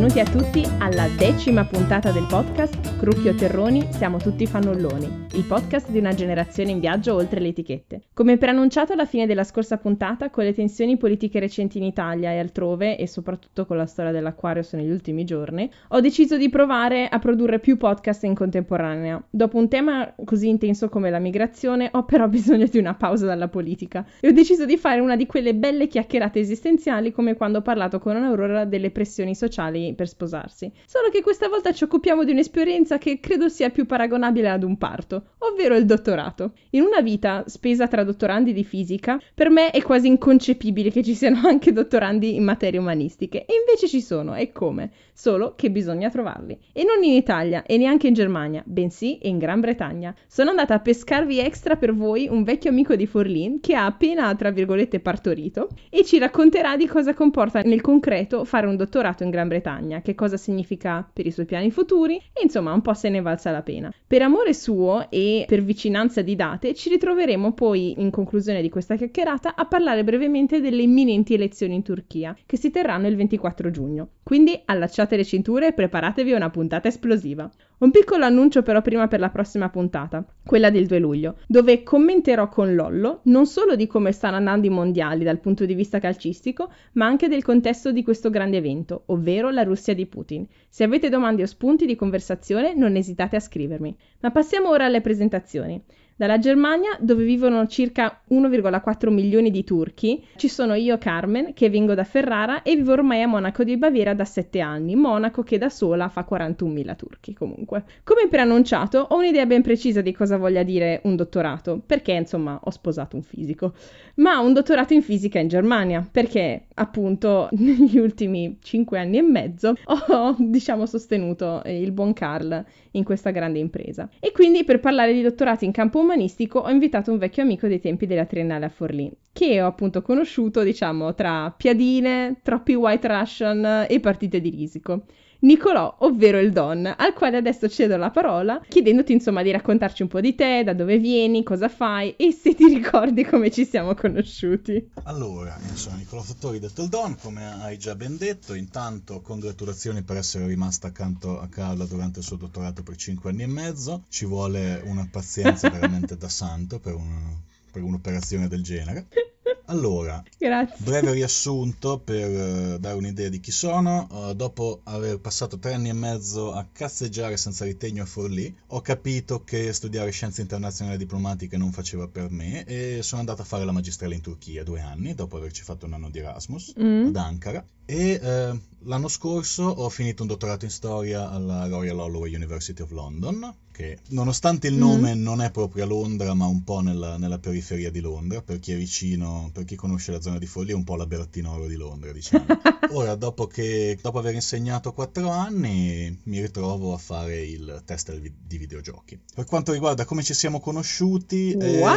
benvenuti a tutti alla 10ª puntata del podcast Crucchio Terroni, siamo tutti fannulloni, il podcast di una generazione in viaggio oltre le etichette. Come preannunciato alla fine della scorsa puntata, con le tensioni politiche recenti in Italia e altrove, e soprattutto con la storia dell'Aquarius negli ultimi giorni, ho deciso di provare a produrre più podcast in contemporanea. Dopo un tema così intenso come la migrazione, ho però bisogno di una pausa dalla politica e ho deciso di fare una di quelle belle chiacchierate esistenziali come quando ho parlato con Aurora delle pressioni sociali per sposarsi. Solo che questa volta ci occupiamo di un'esperienza che credo sia più paragonabile ad un parto, ovvero il dottorato. In una vita spesa tra dottorandi di fisica, per me è quasi inconcepibile che ci siano anche dottorandi in materie umanistiche, e invece ci sono, e come? Solo che bisogna trovarli. E non in Italia, e neanche in Germania, bensì in Gran Bretagna. Sono andata a pescarvi extra per voi un vecchio amico di Forlì che ha appena, tra virgolette, partorito, e ci racconterà di cosa comporta nel concreto fare un dottorato in Gran Bretagna, che cosa significa per i suoi piani futuri, e insomma un po' se ne valsa la pena. Per amore suo e per vicinanza di date, ci ritroveremo poi, in conclusione di questa chiacchierata, a parlare brevemente delle imminenti elezioni in Turchia, che si terranno il 24 giugno. Quindi allacciate le cinture e preparatevi a una puntata esplosiva. Un piccolo annuncio però prima per la prossima puntata, quella del 2 luglio, dove commenterò con Lollo non solo di come stanno andando i mondiali dal punto di vista calcistico, ma anche del contesto di questo grande evento, ovvero la Russia di Putin. Se avete domande o spunti di conversazione, non esitate a scrivermi. Ma passiamo ora alle presentazioni. Dalla Germania, dove vivono circa 1,4 milioni di turchi, ci sono io, Carmen, che vengo da Ferrara e vivo ormai a Monaco di Baviera da 7 anni, Monaco che da sola fa 41.000 turchi comunque. Come preannunciato, ho un'idea ben precisa di cosa voglia dire un dottorato, perché insomma ho sposato un fisico, ma un dottorato in fisica in Germania, perché appunto negli ultimi 5 anni e mezzo ho sostenuto il buon Carl in questa grande impresa. E quindi per parlare di dottorati in campo umanistico ho invitato un vecchio amico dei tempi della triennale a Forlì, che ho appunto conosciuto, tra piadine, troppi white Russian e partite di risico. Nicolò, ovvero il Don, al quale adesso cedo la parola, chiedendoti insomma di raccontarci un po' di te, da dove vieni, cosa fai e se ti ricordi come ci siamo conosciuti. Allora, io sono Nicolò Fattori, detto il Don, come hai già ben detto. Intanto congratulazioni per essere rimasta accanto a Carla durante il suo dottorato per 5 anni e mezzo. Ci vuole una pazienza veramente da santo per un'operazione del genere. Allora, grazie. Breve riassunto per dare un'idea di chi sono. Dopo aver passato 3 anni e mezzo a cazzeggiare senza ritegno a Forlì, ho capito che studiare scienze internazionali e diplomatiche non faceva per me e sono andato a fare la magistrale in Turchia 2 anni, dopo averci fatto un anno di Erasmus ad Ankara. E l'anno scorso ho finito un dottorato in storia alla Royal Holloway University of London, che nonostante il nome non è proprio a Londra, ma un po' nella periferia di Londra. Per chi è vicino, per chi conosce la zona di Forlì, è un po' la Bertinoro di Londra, diciamo. Ora, dopo aver insegnato 4 anni, mi ritrovo a fare il tester di videogiochi. Per quanto riguarda come ci siamo conosciuti...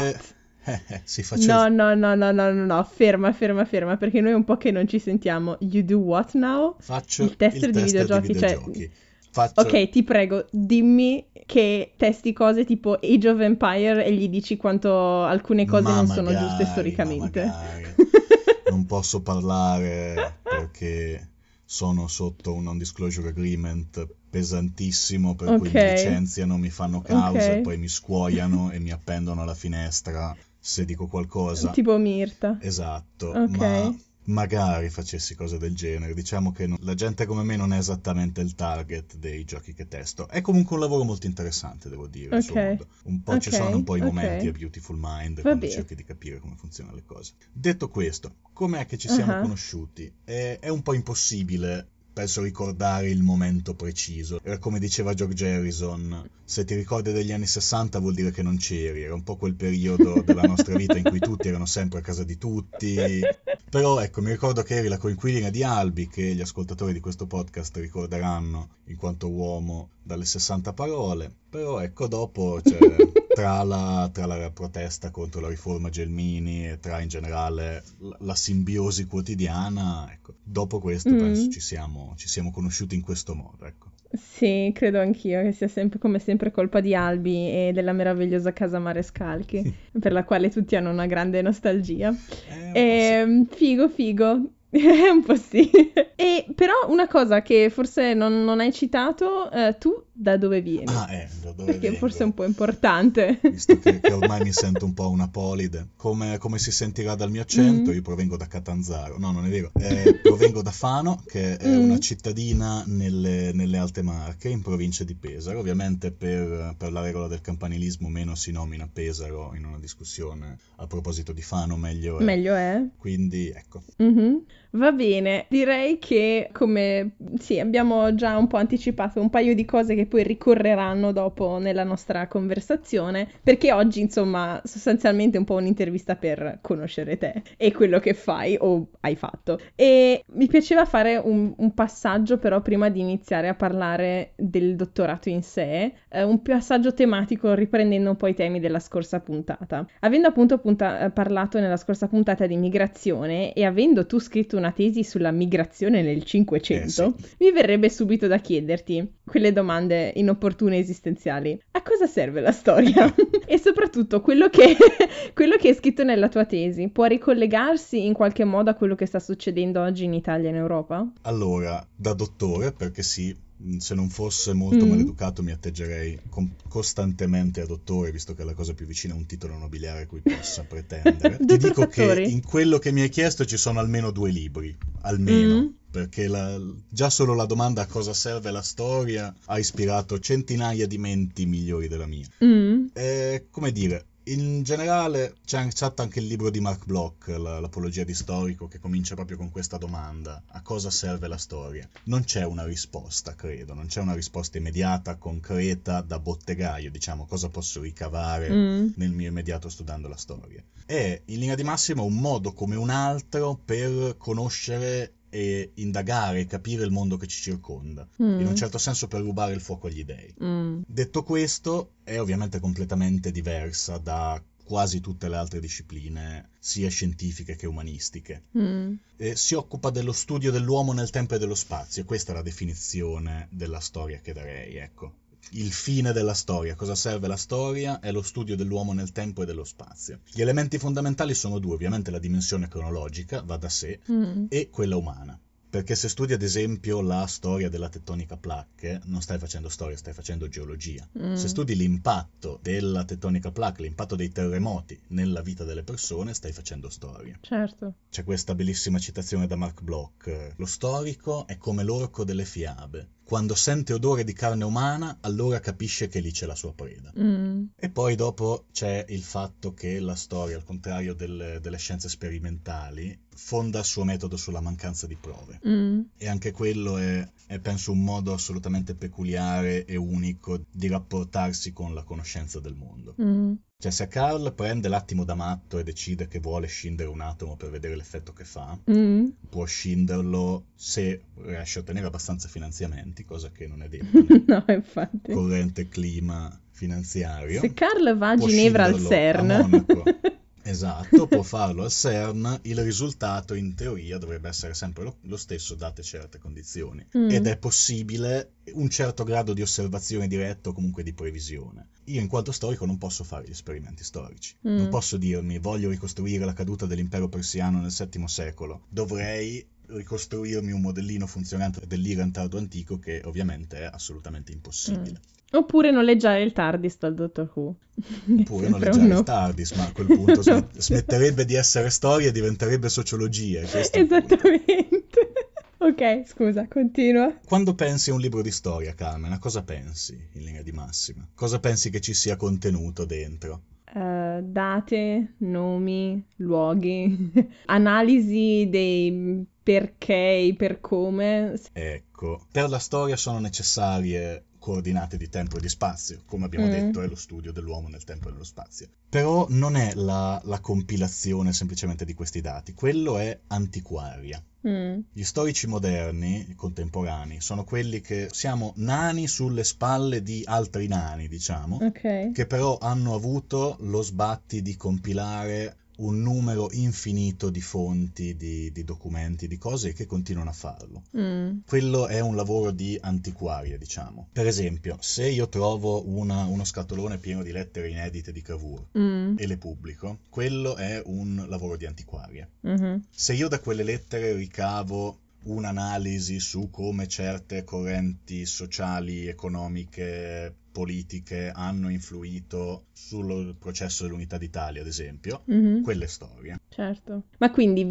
si faccia... No, ferma, perché noi è un po' che non ci sentiamo. You do what now? Faccio il tester di videogiochi. Ok, ti prego, dimmi che testi cose tipo Age of Empire e gli dici quanto alcune cose non sono giuste storicamente. Non posso parlare perché sono sotto un non-disclosure agreement pesantissimo, per cui mi licenziano, mi fanno causa e poi mi scuoiano e mi appendono alla finestra se dico qualcosa. Tipo Mirta. Esatto, ma magari facessi cose del genere. Diciamo che la gente come me non è esattamente il target dei giochi che testo. È comunque un lavoro molto interessante, devo dire, il suo mondo. Un po' ci sono un po' i momenti a Beautiful Mind quando cerchi di capire come funzionano le cose. Detto questo, com'è che ci siamo conosciuti? È un po' impossibile, penso, ricordare il momento preciso. Era come diceva George Harrison, se ti ricordi degli anni 60 vuol dire che non c'eri. Era un po' quel periodo della nostra vita in cui tutti erano sempre a casa di tutti. Però ecco, mi ricordo che eri la coinquilina di Albi, che gli ascoltatori di questo podcast ricorderanno in quanto uomo dalle 60 parole. Però ecco, dopo tra la protesta contro la riforma Gelmini e tra in generale la simbiosi quotidiana, ecco, dopo questo penso ci siamo conosciuti in questo modo, ecco. Sì, credo anch'io che sia sempre come sempre colpa di Albi e della meravigliosa casa Marescalchi, per la quale tutti hanno una grande nostalgia. Figo. Un po' sì. E però una cosa che forse non hai citato, tu da dove vieni? Da dove Perché vengo. forse è un po' importante. Visto che ormai mi sento un po' una polide. Come si sentirà dal mio accento, io provengo da Catanzaro. No, non è vero. Provengo da Fano, che è una cittadina nelle Alte Marche, in provincia di Pesaro. Ovviamente per la regola del campanilismo meno si nomina Pesaro in una discussione. A proposito di Fano, meglio è. Meglio è. Quindi, ecco. Va bene, direi che abbiamo già un po' anticipato un paio di cose che poi ricorreranno dopo nella nostra conversazione, perché oggi, insomma, sostanzialmente è un po' un'intervista per conoscere te e quello che fai o hai fatto. E mi piaceva fare un passaggio però prima di iniziare a parlare del dottorato in sé, un passaggio tematico riprendendo un po' i temi della scorsa puntata. Avendo appunto parlato nella scorsa puntata di migrazione e avendo tu scritto una tesi sulla migrazione nel 500, mi verrebbe subito da chiederti quelle domande inopportune esistenziali. A cosa serve la storia? E soprattutto quello che è scritto nella tua tesi può ricollegarsi in qualche modo a quello che sta succedendo oggi in Italia e in Europa? Allora, da dottore, perché sì, se non fosse molto maleducato mi atteggerei costantemente a dottore, visto che è la cosa più vicina a un titolo nobiliare a cui possa pretendere. Ti dico che in quello che mi hai chiesto ci sono almeno 2 libri, almeno. Perché già solo la domanda a cosa serve la storia ha ispirato centinaia di menti migliori della mia. Come dire, in generale c'è anche il libro di Mark Bloch, l'Apologia di Storico, che comincia proprio con questa domanda: a cosa serve la storia? Non c'è una risposta, credo, non c'è una risposta immediata, concreta, da bottegaio, diciamo, cosa posso ricavare nel mio immediato studiando la storia. È, in linea di massima, un modo come un altro per conoscere e indagare e capire il mondo che ci circonda, in un certo senso per rubare il fuoco agli dei. Detto questo, è ovviamente completamente diversa da quasi tutte le altre discipline, sia scientifiche che umanistiche. Si occupa dello studio dell'uomo nel tempo e dello spazio, e questa è la definizione della storia che darei, ecco. Il fine della storia, cosa serve la storia, è lo studio dell'uomo nel tempo e dello spazio. Gli elementi fondamentali sono 2, ovviamente la dimensione cronologica, va da sé, e quella umana. Perché se studi ad esempio la storia della tettonica placche, non stai facendo storia, stai facendo geologia. Se studi l'impatto della tettonica placche, l'impatto dei terremoti nella vita delle persone, stai facendo storia. Certo. C'è questa bellissima citazione da Mark Bloch: lo storico è come l'orco delle fiabe. Quando sente odore di carne umana, allora capisce che lì c'è la sua preda. E poi dopo c'è il fatto che la storia, al contrario delle scienze sperimentali, fonda il suo metodo sulla mancanza di prove. E anche quello è penso un modo assolutamente peculiare e unico di rapportarsi con la conoscenza del mondo. Cioè, se Carl prende l'attimo da matto e decide che vuole scindere un atomo per vedere l'effetto che fa, può scinderlo se riesce a ottenere abbastanza finanziamenti, cosa che non è detto no, infatti. Corrente clima finanziario. Se Carl va a Ginevra al CERN, a Monaco, esatto, può farlo al CERN, il risultato in teoria dovrebbe essere sempre lo stesso date certe condizioni, ed è possibile un certo grado di osservazione diretta o comunque di previsione. Io in quanto storico non posso fare gli esperimenti storici, non posso dirmi voglio ricostruire la caduta dell'impero persiano nel VII secolo, dovrei ricostruirmi un modellino funzionante dell'Iran tardo antico, che ovviamente è assolutamente impossibile. Oppure noleggiare il TARDIS dal Dottor Who. Oppure noleggiare il TARDIS, ma a quel punto smetterebbe di essere storia e diventerebbe sociologia. Esattamente. Ok, scusa, continua. Quando pensi a un libro di storia, Carmen, a cosa pensi in linea di massima? Cosa pensi che ci sia contenuto dentro? Date, nomi, luoghi, analisi dei perché, i per come. Ecco, per la storia sono necessarie coordinate di tempo e di spazio, come abbiamo detto, è lo studio dell'uomo nel tempo e nello spazio. Però non è la compilazione semplicemente di questi dati, quello è antiquaria. Gli storici moderni, contemporanei, sono quelli che siamo nani sulle spalle di altri nani, diciamo, che però hanno avuto lo sbatti di compilare un numero infinito di fonti, di documenti, di cose che continuano a farlo. Quello è un lavoro di antiquaria, diciamo. Per esempio, se io trovo uno scatolone pieno di lettere inedite di Cavour e le pubblico, quello è un lavoro di antiquaria. Se io da quelle lettere ricavo un'analisi su come certe correnti sociali, economiche, politiche hanno influito sul processo dell'unità d'Italia, ad esempio, quelle storie. Certo. Ma quindi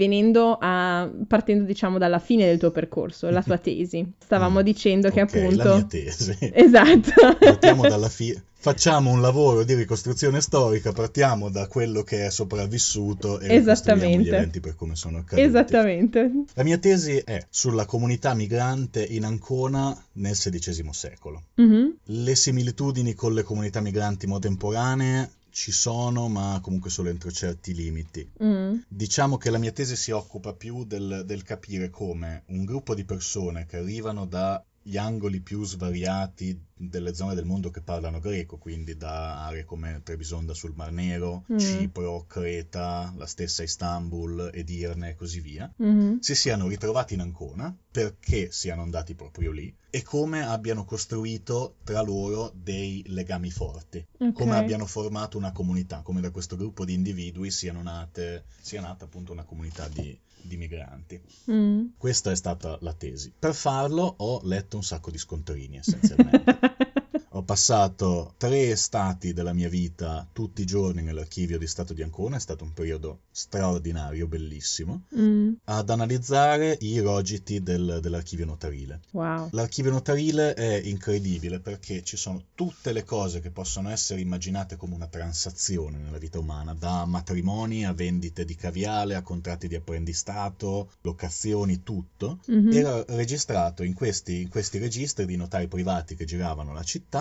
partendo diciamo dalla fine del tuo percorso, la tua tesi, stavamo dicendo che appunto... la mia tesi. Esatto. Partiamo dalla fine. Facciamo un lavoro di ricostruzione storica, partiamo da quello che è sopravvissuto e ricostruiamo gli eventi per come sono accaduti. Esattamente. La mia tesi è sulla comunità migrante in Ancona nel XVI secolo. Le similitudini con le comunità migranti contemporanee ci sono, ma comunque solo entro certi limiti. Diciamo che la mia tesi si occupa più del capire come un gruppo di persone che arrivano dagli angoli più svariati delle zone del mondo che parlano greco, quindi da aree come Trebisonda sul Mar Nero, Cipro, Creta, la stessa Istanbul, Edirne e così via, si siano ritrovati in Ancona perché siano andati proprio lì e come abbiano costruito tra loro dei legami forti, come abbiano formato una comunità, come da questo gruppo di individui sia nata appunto una comunità di migranti. Questa è stata la tesi. Per farlo ho letto un sacco di scontrini essenzialmente. Ho passato 3 estati della mia vita tutti i giorni nell'archivio di Stato di Ancona, è stato un periodo straordinario, bellissimo, ad analizzare i rogiti dell'archivio notarile. Wow. L'archivio notarile è incredibile perché ci sono tutte le cose che possono essere immaginate come una transazione nella vita umana, da matrimoni a vendite di caviale, a contratti di apprendistato, locazioni, tutto. Era registrato in questi registri di notari privati che giravano la città,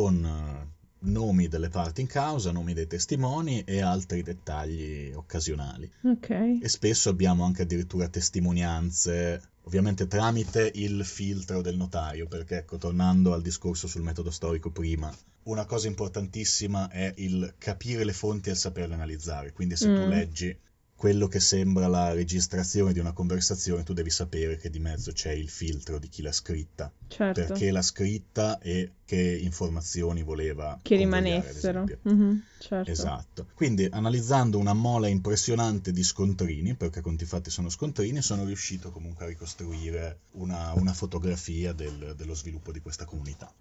con nomi delle parti in causa, nomi dei testimoni e altri dettagli occasionali. E spesso abbiamo anche addirittura testimonianze, ovviamente tramite il filtro del notario, perché ecco, tornando al discorso sul metodo storico prima, una cosa importantissima è il capire le fonti e il saperle analizzare. Quindi se tu leggi quello che sembra la registrazione di una conversazione, tu devi sapere che di mezzo c'è il filtro di chi l'ha scritta. Certo. Perché l'ha scritta e che informazioni voleva che rimanessero. Certo. Esatto. Quindi analizzando una mole impressionante di scontrini, perché a conti fatti sono scontrini, sono riuscito comunque a ricostruire una fotografia dello sviluppo di questa comunità.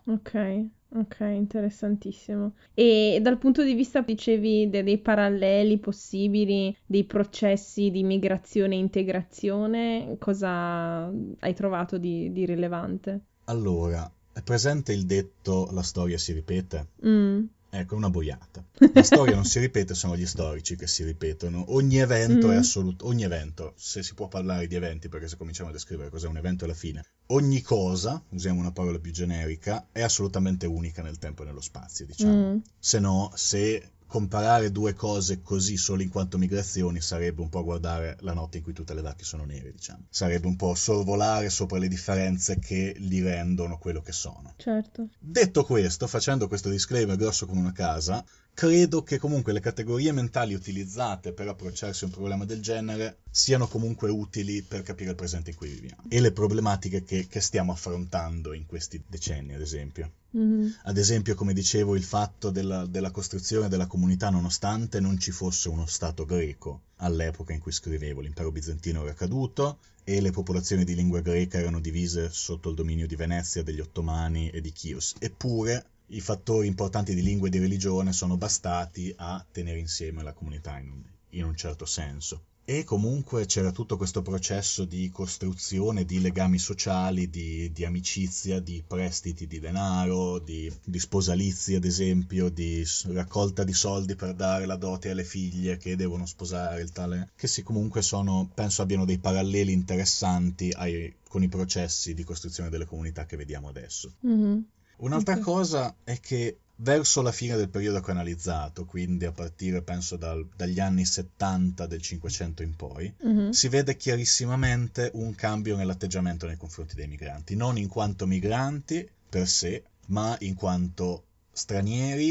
Ok, interessantissimo. E dal punto di vista, dicevi, dei paralleli possibili, dei processi di migrazione e integrazione, cosa hai trovato di rilevante? Allora, è presente il detto "la storia si ripete"? Ecco, è una boiata. La storia non si ripete, sono gli storici che si ripetono. Ogni evento è assoluto. Ogni evento, se si può parlare di eventi, perché se cominciamo a descrivere cos'è un evento alla fine, ogni cosa, usiamo una parola più generica, è assolutamente unica nel tempo e nello spazio, diciamo. Se no, se comparare due cose così solo in quanto migrazioni sarebbe un po' guardare la notte in cui tutte le vacche sono nere, diciamo. Sarebbe un po' sorvolare sopra le differenze che li rendono quello che sono. Certo. Detto questo, facendo questo disclaimer grosso come una casa, credo che comunque le categorie mentali utilizzate per approcciarsi a un problema del genere siano comunque utili per capire il presente in cui viviamo e le problematiche che stiamo affrontando in questi decenni, ad esempio. Ad esempio, come dicevo, il fatto della costruzione della comunità nonostante non ci fosse uno Stato greco all'epoca in cui scrivevo. L'impero bizantino era caduto e le popolazioni di lingua greca erano divise sotto il dominio di Venezia, degli Ottomani e di Chios. Eppure i fattori importanti di lingua e di religione sono bastati a tenere insieme la comunità in un certo senso. E comunque c'era tutto questo processo di costruzione di legami sociali, di amicizia, di prestiti di denaro, di sposalizi ad esempio, di raccolta di soldi per dare la dote alle figlie che devono sposare il tale, che sì, comunque penso abbiano dei paralleli interessanti con i processi di costruzione delle comunità che vediamo adesso. Un'altra cosa è che verso la fine del periodo che ho analizzato, quindi a partire penso dagli anni 70 del 500 in poi, si vede chiarissimamente un cambio nell'atteggiamento nei confronti dei migranti, non in quanto migranti per sé, ma in quanto stranieri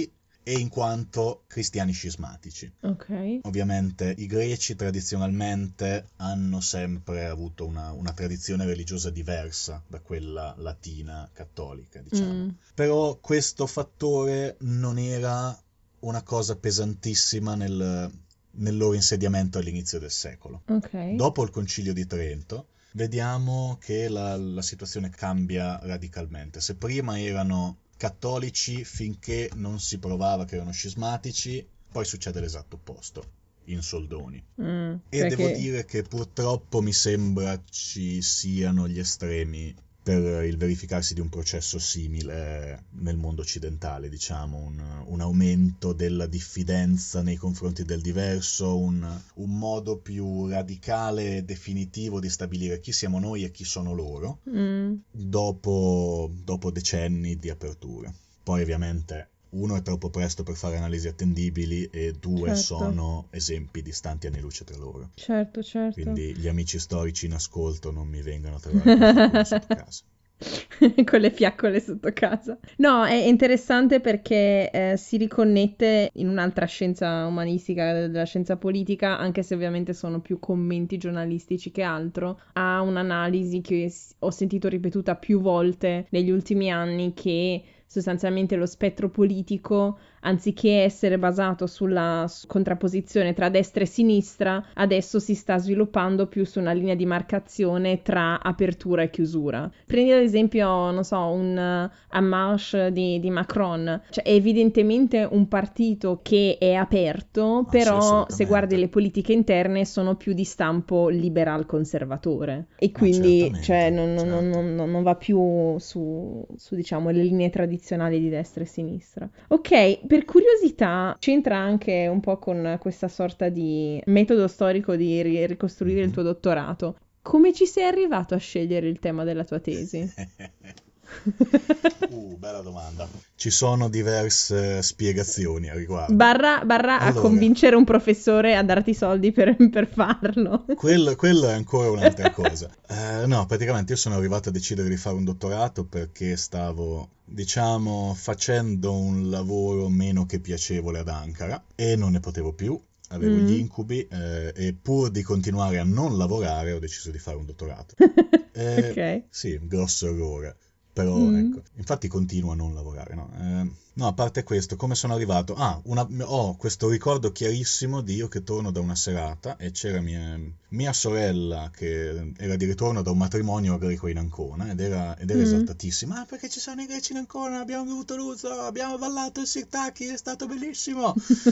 e in quanto cristiani scismatici. Ok. Ovviamente i greci tradizionalmente hanno sempre avuto una tradizione religiosa diversa da quella latina cattolica, diciamo. Però questo fattore non era una cosa pesantissima nel loro insediamento all'inizio del secolo. Ok. Dopo il Concilio di Trento vediamo che la situazione cambia radicalmente. Se prima erano cattolici finché non si provava che erano scismatici, poi succede l'esatto opposto, in soldoni. E devo dire che purtroppo mi sembra ci siano gli estremi per il verificarsi di un processo simile nel mondo occidentale, diciamo, un aumento della diffidenza nei confronti del diverso, un modo più radicale e definitivo di stabilire chi siamo noi e chi sono loro, dopo decenni di aperture. Poi ovviamente uno è troppo presto per fare analisi attendibili e due sono esempi distanti anni luce tra loro. Certo. Quindi gli amici storici in ascolto non mi vengano a trovare sotto casa. Con le fiaccole sotto casa. No, è interessante perché si riconnette in un'altra scienza umanistica, della scienza politica, anche se ovviamente sono più commenti giornalistici che altro, a un'analisi che ho sentito ripetuta più volte negli ultimi anni, che sostanzialmente lo spettro politico, anziché essere basato sulla contrapposizione tra destra e sinistra, adesso si sta sviluppando più su una linea di marcazione tra apertura e chiusura. Prendi ad esempio, non so, un En Marche di Macron, cioè è evidentemente un partito che è aperto, però se guardi le politiche interne sono più di stampo liberal conservatore e quindi cioè, non va più su diciamo le linee tradizionali di destra e sinistra. Ok, per curiosità, c'entra anche un po' con questa sorta di metodo storico di ricostruire il tuo dottorato. Come ci sei arrivato a scegliere il tema della tua tesi? Bella domanda. Ci sono diverse spiegazioni a riguardo. Barra a convincere un professore a darti soldi per farlo. Quello è ancora un'altra cosa. No, praticamente io sono arrivato a decidere di fare un dottorato perché stavo, diciamo, facendo un lavoro meno che piacevole ad Ankara e non ne potevo più. Avevo gli incubi e pur di continuare a non lavorare ho deciso di fare un dottorato. Ok. Sì, grosso errore. Però ecco, infatti continuo a non lavorare, no? No, a parte questo, come sono arrivato? Ho questo ricordo chiarissimo di io che torno da una serata e c'era mia sorella che era di ritorno da un matrimonio greco in Ancona ed era esaltatissima. Perché ci sono i greci in Ancona, abbiamo bevuto l'uso, abbiamo ballato il sirtaki, è stato bellissimo!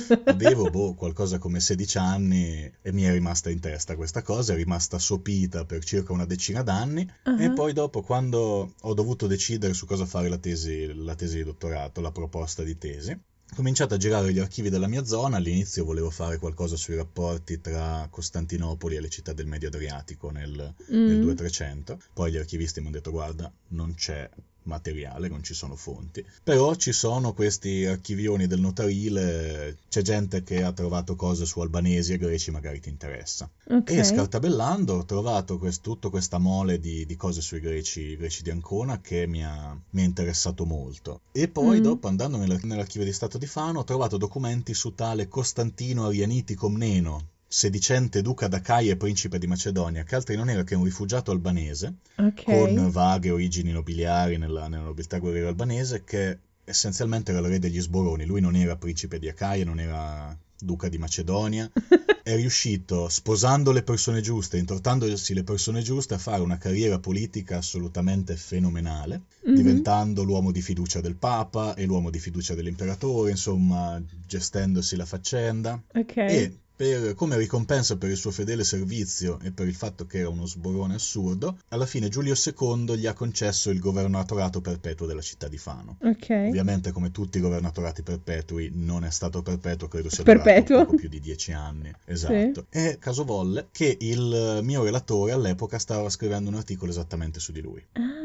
Avevo qualcosa come 16 anni e mi è rimasta in testa questa cosa, è rimasta sopita per circa una decina d'anni e poi dopo quando ho dovuto decidere su cosa fare la tesi di dottorato, la proposta di tesi, ho cominciato a girare gli archivi della mia zona. All'inizio volevo fare qualcosa sui rapporti tra Costantinopoli e le città del Medio Adriatico nel 200-300, poi gli archivisti mi hanno detto guarda, non c'è materiale, non ci sono fonti, però ci sono questi archivioni del notarile, c'è gente che ha trovato cose su albanesi e greci, magari ti interessa. E scartabellando ho trovato tutta questa mole di cose sui greci di Ancona che mi ha interessato molto. E poi dopo, andando nell'archivio di Stato di Fano, ho trovato documenti su tale Costantino Arianiti Comneno, sedicente duca d'Acaia e principe di Macedonia, che altri non era che un rifugiato albanese, con vaghe origini nobiliari nella nobiltà guerriera albanese, che essenzialmente era l'erede degli Sboroni. Lui non era principe di Acaia, non era duca di Macedonia, è riuscito, sposando le persone giuste, intortandosi le persone giuste, a fare una carriera politica assolutamente fenomenale, diventando l'uomo di fiducia del Papa e l'uomo di fiducia dell'imperatore, insomma, gestendosi la faccenda. E come ricompensa per il suo fedele servizio e per il fatto che era uno sborone assurdo, alla fine Giulio II gli ha concesso il governatorato perpetuo della città di Fano. Ovviamente, come tutti i governatorati perpetui, non è stato perpetuo, credo sia durato poco più di 10 anni. Esatto. Sì. E caso volle che il mio relatore all'epoca stava scrivendo un articolo esattamente su di lui.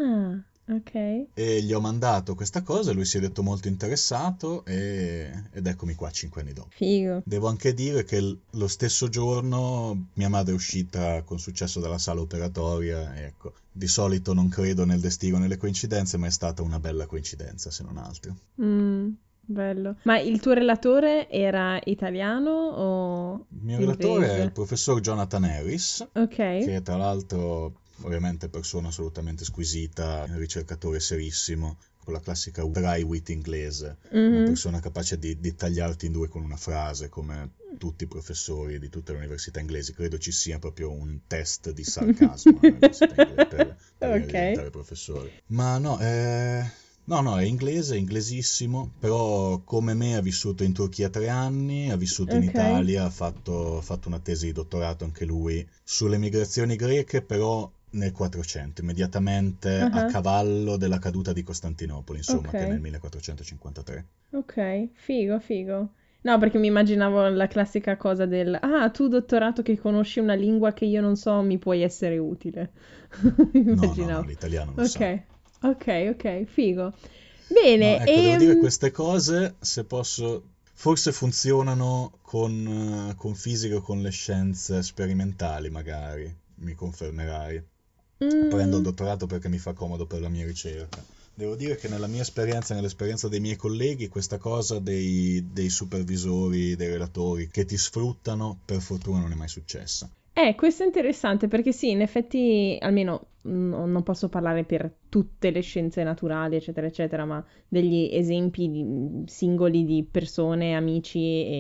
E gli ho mandato questa cosa, lui si è detto molto interessato ed eccomi qua 5 anni dopo. Figo. Devo anche dire che lo stesso giorno mia madre è uscita con successo dalla sala operatoria, e ecco, di solito non credo nel destino, nelle coincidenze, ma è stata una bella coincidenza se non altro. bello. Ma il tuo relatore era italiano o Il mio inglese? relatore è il professor Jonathan Harris, Ok. che tra l'altro ovviamente persona assolutamente squisita, un ricercatore serissimo, con la classica dry wit inglese, una persona capace di tagliarti in due con una frase, come tutti i professori di tutte le università inglesi. Credo ci sia proprio un test di sarcasmo all'università inglese per diventare professore. Ma no, no, è inglese, è inglesissimo, però come me ha vissuto in Turchia 3 anni, ha vissuto in Italia, ha fatto una tesi di dottorato anche lui sulle migrazioni greche, però nel 400, immediatamente a cavallo della caduta di Costantinopoli, insomma, che è nel 1453. Ok, figo. No, perché mi immaginavo la classica cosa del tu dottorato che conosci una lingua che io non so, mi puoi essere utile. No, l'italiano lo sa. Ok, figo. Bene, No, ecco, devo dire queste cose, se posso, forse funzionano con fisica o con le scienze sperimentali, magari, mi confermerai. Prendo il dottorato perché mi fa comodo per la mia ricerca. Devo dire che nella mia esperienza, nell'esperienza dei miei colleghi, questa cosa dei supervisori, dei relatori che ti sfruttano, per fortuna non è mai successa. Questo è interessante perché sì, in effetti, almeno non posso parlare per tutte le scienze naturali, eccetera, eccetera, ma degli esempi singoli di persone, amici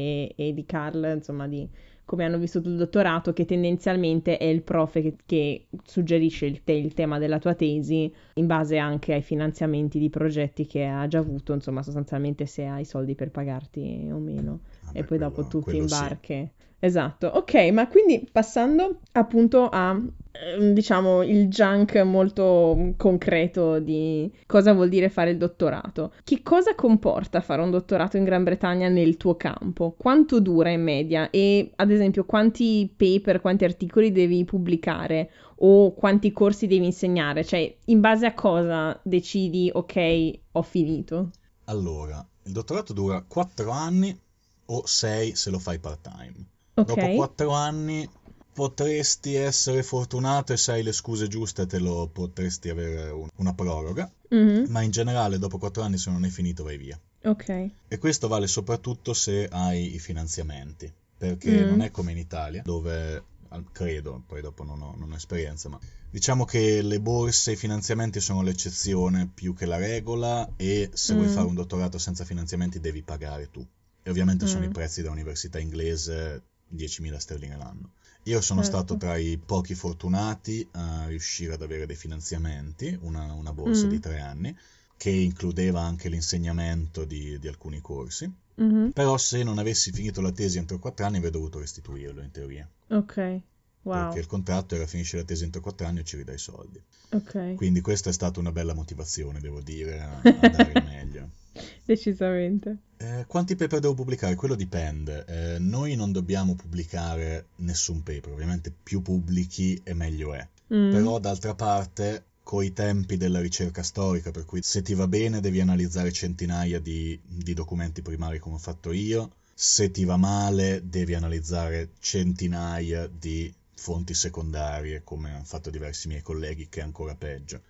e di Carl, insomma, di come hanno vissuto il dottorato, che tendenzialmente è il profe che suggerisce il tema della tua tesi in base anche ai finanziamenti di progetti che ha già avuto, insomma, sostanzialmente se hai i soldi per pagarti o meno. E poi dopo tu ti imbarchi. Sì. Esatto, ok, ma quindi passando appunto a, diciamo, il junk molto concreto di cosa vuol dire fare il dottorato. Che cosa comporta fare un dottorato in Gran Bretagna nel tuo campo? Quanto dura in media? E ad esempio quanti paper, quanti articoli devi pubblicare? O quanti corsi devi insegnare? Cioè, in base a cosa decidi, ok, ho finito? Allora, il dottorato dura 4 anni o 6 se lo fai part-time. Ok. Dopo 4 anni potresti essere fortunato e se hai le scuse giuste potresti avere una proroga, ma in generale dopo 4 anni se non hai finito vai via. Ok. E questo vale soprattutto se hai i finanziamenti, perché non è come in Italia, dove credo, poi dopo non ho esperienza, ma diciamo che le borse e i finanziamenti sono l'eccezione più che la regola e se vuoi fare un dottorato senza finanziamenti devi pagare tu. E ovviamente sono i prezzi da università inglese 10.000 sterline l'anno. Io sono stato tra i pochi fortunati a riuscire ad avere dei finanziamenti, una borsa di 3 anni, che includeva anche l'insegnamento di alcuni corsi. Però se non avessi finito la tesi entro 4 anni avrei dovuto restituirlo in teoria. Ok, wow. Perché il contratto era finisci la tesi entro 4 anni e ci ridai i soldi. Ok. Quindi questa è stata una bella motivazione, devo dire, a dare il meglio. Decisamente. Quanti paper devo pubblicare? Quello dipende. Noi non dobbiamo pubblicare nessun paper, ovviamente più pubblichi e meglio è. Però d'altra parte, coi tempi della ricerca storica, per cui se ti va bene devi analizzare centinaia di documenti primari come ho fatto io, se ti va male devi analizzare centinaia di fonti secondarie, come hanno fatto diversi miei colleghi, che è ancora peggio.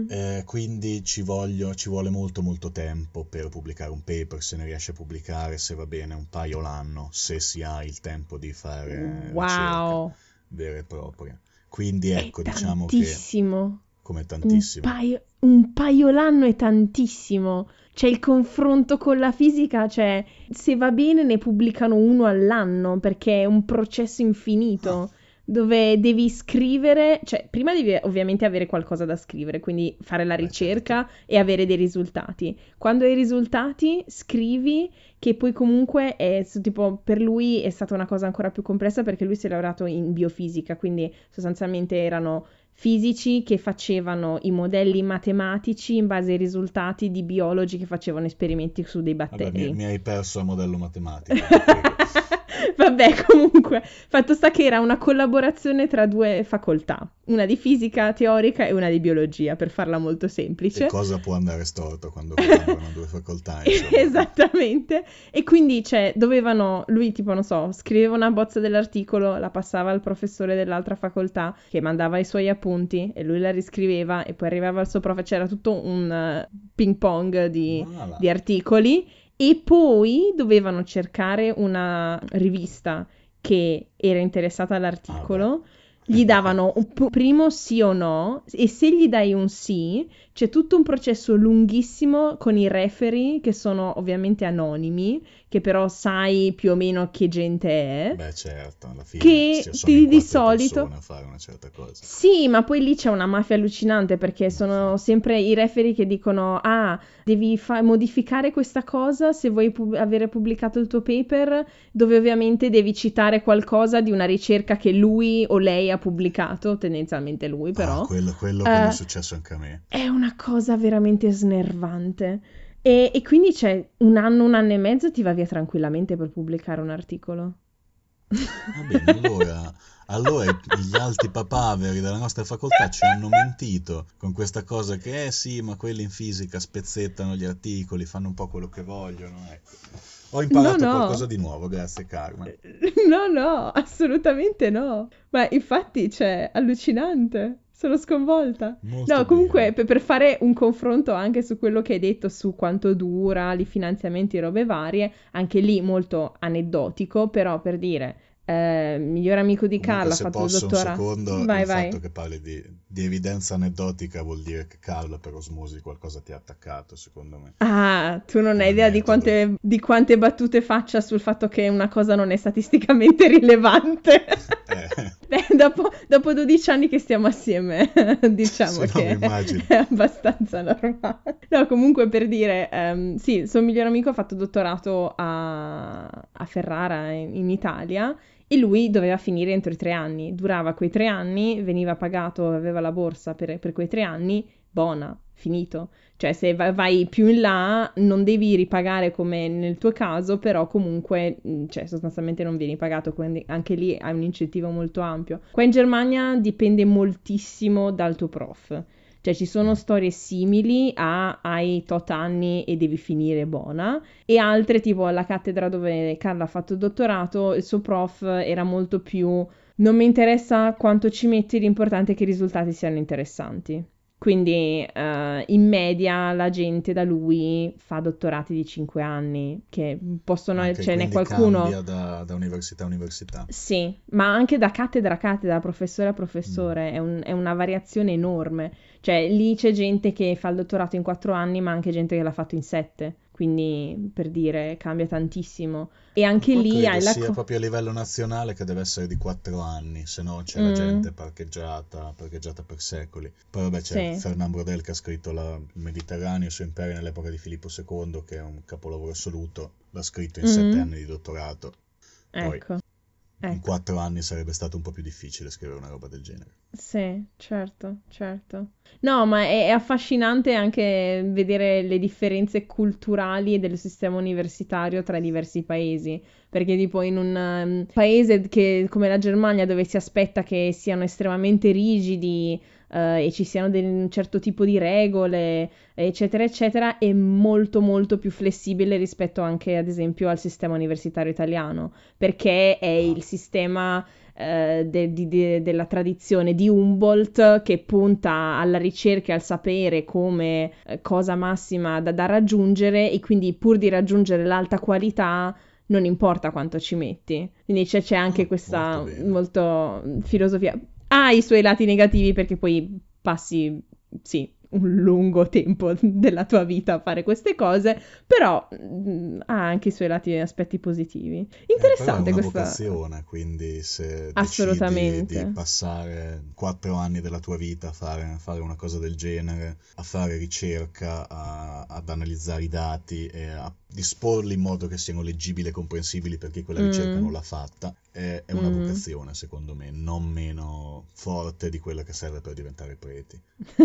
Quindi ci vuole molto molto tempo per pubblicare un paper, se ne riesce a pubblicare, se va bene, un paio l'anno, se si ha il tempo di fare ricerca vera e propria. Quindi ecco, diciamo tantissimo. Come tantissimo. Un paio l'anno è tantissimo. C'è il confronto con la fisica, cioè se va bene ne pubblicano uno all'anno perché è un processo infinito. Dove devi scrivere, cioè prima devi ovviamente avere qualcosa da scrivere, quindi fare la ricerca e avere dei risultati. Quando hai i risultati scrivi, che poi comunque è tipo per lui è stata una cosa ancora più complessa perché lui si è laureato in biofisica, quindi sostanzialmente erano fisici che facevano i modelli matematici in base ai risultati di biologi che facevano esperimenti su dei batteri. Vabbè, mi hai perso a modello matematico. Vabbè, comunque, fatto sta che era una collaborazione tra 2 facoltà, una di fisica teorica e una di biologia, per farla molto semplice. E cosa può andare storto quando collaborano 2 facoltà, insomma. Esattamente. E quindi, dovevano, lui tipo, non so, scriveva una bozza dell'articolo, la passava al professore dell'altra facoltà, che mandava i suoi appunti, e lui la riscriveva, e poi arrivava al suo prof, c'era tutto un ping pong di articoli, e poi dovevano cercare una rivista che era interessata all'articolo, gli davano primo sì o no, e se gli dai un sì, c'è tutto un processo lunghissimo con i referee, che sono ovviamente anonimi, che però sai più o meno che gente è. Beh, certo, alla fine Che sono in di 4 solito persone a fare una certa cosa. sì, ma poi lì c'è una mafia allucinante perché sono sempre i referee che dicono: ah, devi modificare questa cosa se vuoi avere pubblicato il tuo paper, dove ovviamente devi citare qualcosa di una ricerca che lui o lei ha pubblicato, tendenzialmente lui però. Quello che mi è successo anche a me. È una cosa veramente snervante. E quindi c'è un anno e mezzo ti va via tranquillamente per pubblicare un articolo. Va bene, allora gli alti papaveri della nostra facoltà ci hanno mentito con questa cosa che sì, ma quelli in fisica spezzettano gli articoli, fanno un po' quello che vogliono, ecco. Ho imparato qualcosa di nuovo, grazie Carmen. No, assolutamente no. Ma infatti, cioè, allucinante. Sono sconvolta. Molto No, comunque, bene. per fare un confronto anche su quello che hai detto su quanto dura, i finanziamenti e robe varie, anche lì molto aneddotico, però per dire, miglior amico di Comunque, Carla ha se fatto il posso un dottorato. secondo, Vai, il fatto vai. che parli di evidenza aneddotica vuol dire che Carla per osmosi qualcosa ti ha attaccato, secondo me, Ah, tu non hai come idea metodo. di quante battute faccia sul fatto che una cosa non è statisticamente rilevante. Beh, dopo 12 anni che stiamo assieme, diciamo Se no mi che immagino. è abbastanza normale. No, comunque per dire, sì, il suo migliore amico ha fatto dottorato a Ferrara, in Italia, e lui doveva finire entro i 3 anni. Durava quei 3 anni, veniva pagato, aveva la borsa per quei 3 anni, buona, finito. Cioè, se vai più in là, non devi ripagare come nel tuo caso, però comunque, cioè, sostanzialmente non vieni pagato, quindi anche lì hai un incentivo molto ampio. Qua in Germania dipende moltissimo dal tuo prof. Cioè, ci sono storie simili a hai tot anni e devi finire buona, e altre, tipo alla cattedra dove Carla ha fatto il dottorato, il suo prof era molto più: non mi interessa quanto ci metti, l'importante è che i risultati siano interessanti. Quindi in media la gente da lui fa dottorati di 5 anni, che possono, Ok, ce n'è quindi qualcuno. cambia da università a università. Sì, ma anche da cattedra a cattedra, professore a Mm. professore, è una variazione enorme. Cioè, lì c'è gente che fa il dottorato in 4 anni, ma anche gente che l'ha fatto in 7. Quindi, per dire, cambia tantissimo. E Ma anche qua lì credo hai la sia proprio a livello nazionale che deve essere di 4 anni, se no c'è la Mm, gente parcheggiata per secoli. Poi vabbè c'è sì. Fernand Braudel che ha scritto il Mediterraneo e i suoi imperi nell'epoca di Filippo II, che è un capolavoro assoluto, l'ha scritto in 7 Mm, anni di dottorato. Poi ecco, in ecco. 4 anni sarebbe stato un po' più difficile scrivere una roba del genere. Sì, certo, certo. No, ma è affascinante anche vedere le differenze culturali del sistema universitario tra i diversi paesi, perché tipo in un paese come la Germania, dove si aspetta che siano estremamente rigidi, e ci siano un certo tipo di regole, eccetera, eccetera, è molto molto più flessibile rispetto anche, ad esempio, al sistema universitario italiano, perché è Ah, il sistema della tradizione di Humboldt, che punta alla ricerca e al sapere come cosa massima da raggiungere, e quindi pur di raggiungere l'alta qualità non importa quanto ci metti. Quindi c'è anche molto questa bene. molto filosofia. Ha i suoi lati negativi perché poi passi, sì, un lungo tempo della tua vita a fare queste cose, però ha anche i suoi lati e aspetti positivi. Però è Interessante una questa. vocazione, quindi se decidi di Assolutamente. passare 4 anni della tua vita a fare una cosa del genere, a fare ricerca, ad analizzare i dati e a disporli in modo che siano leggibili e comprensibili per chi quella ricerca non Mm, l'ha fatta, è una mm. vocazione, secondo me, non meno forte di quella che serve per diventare preti.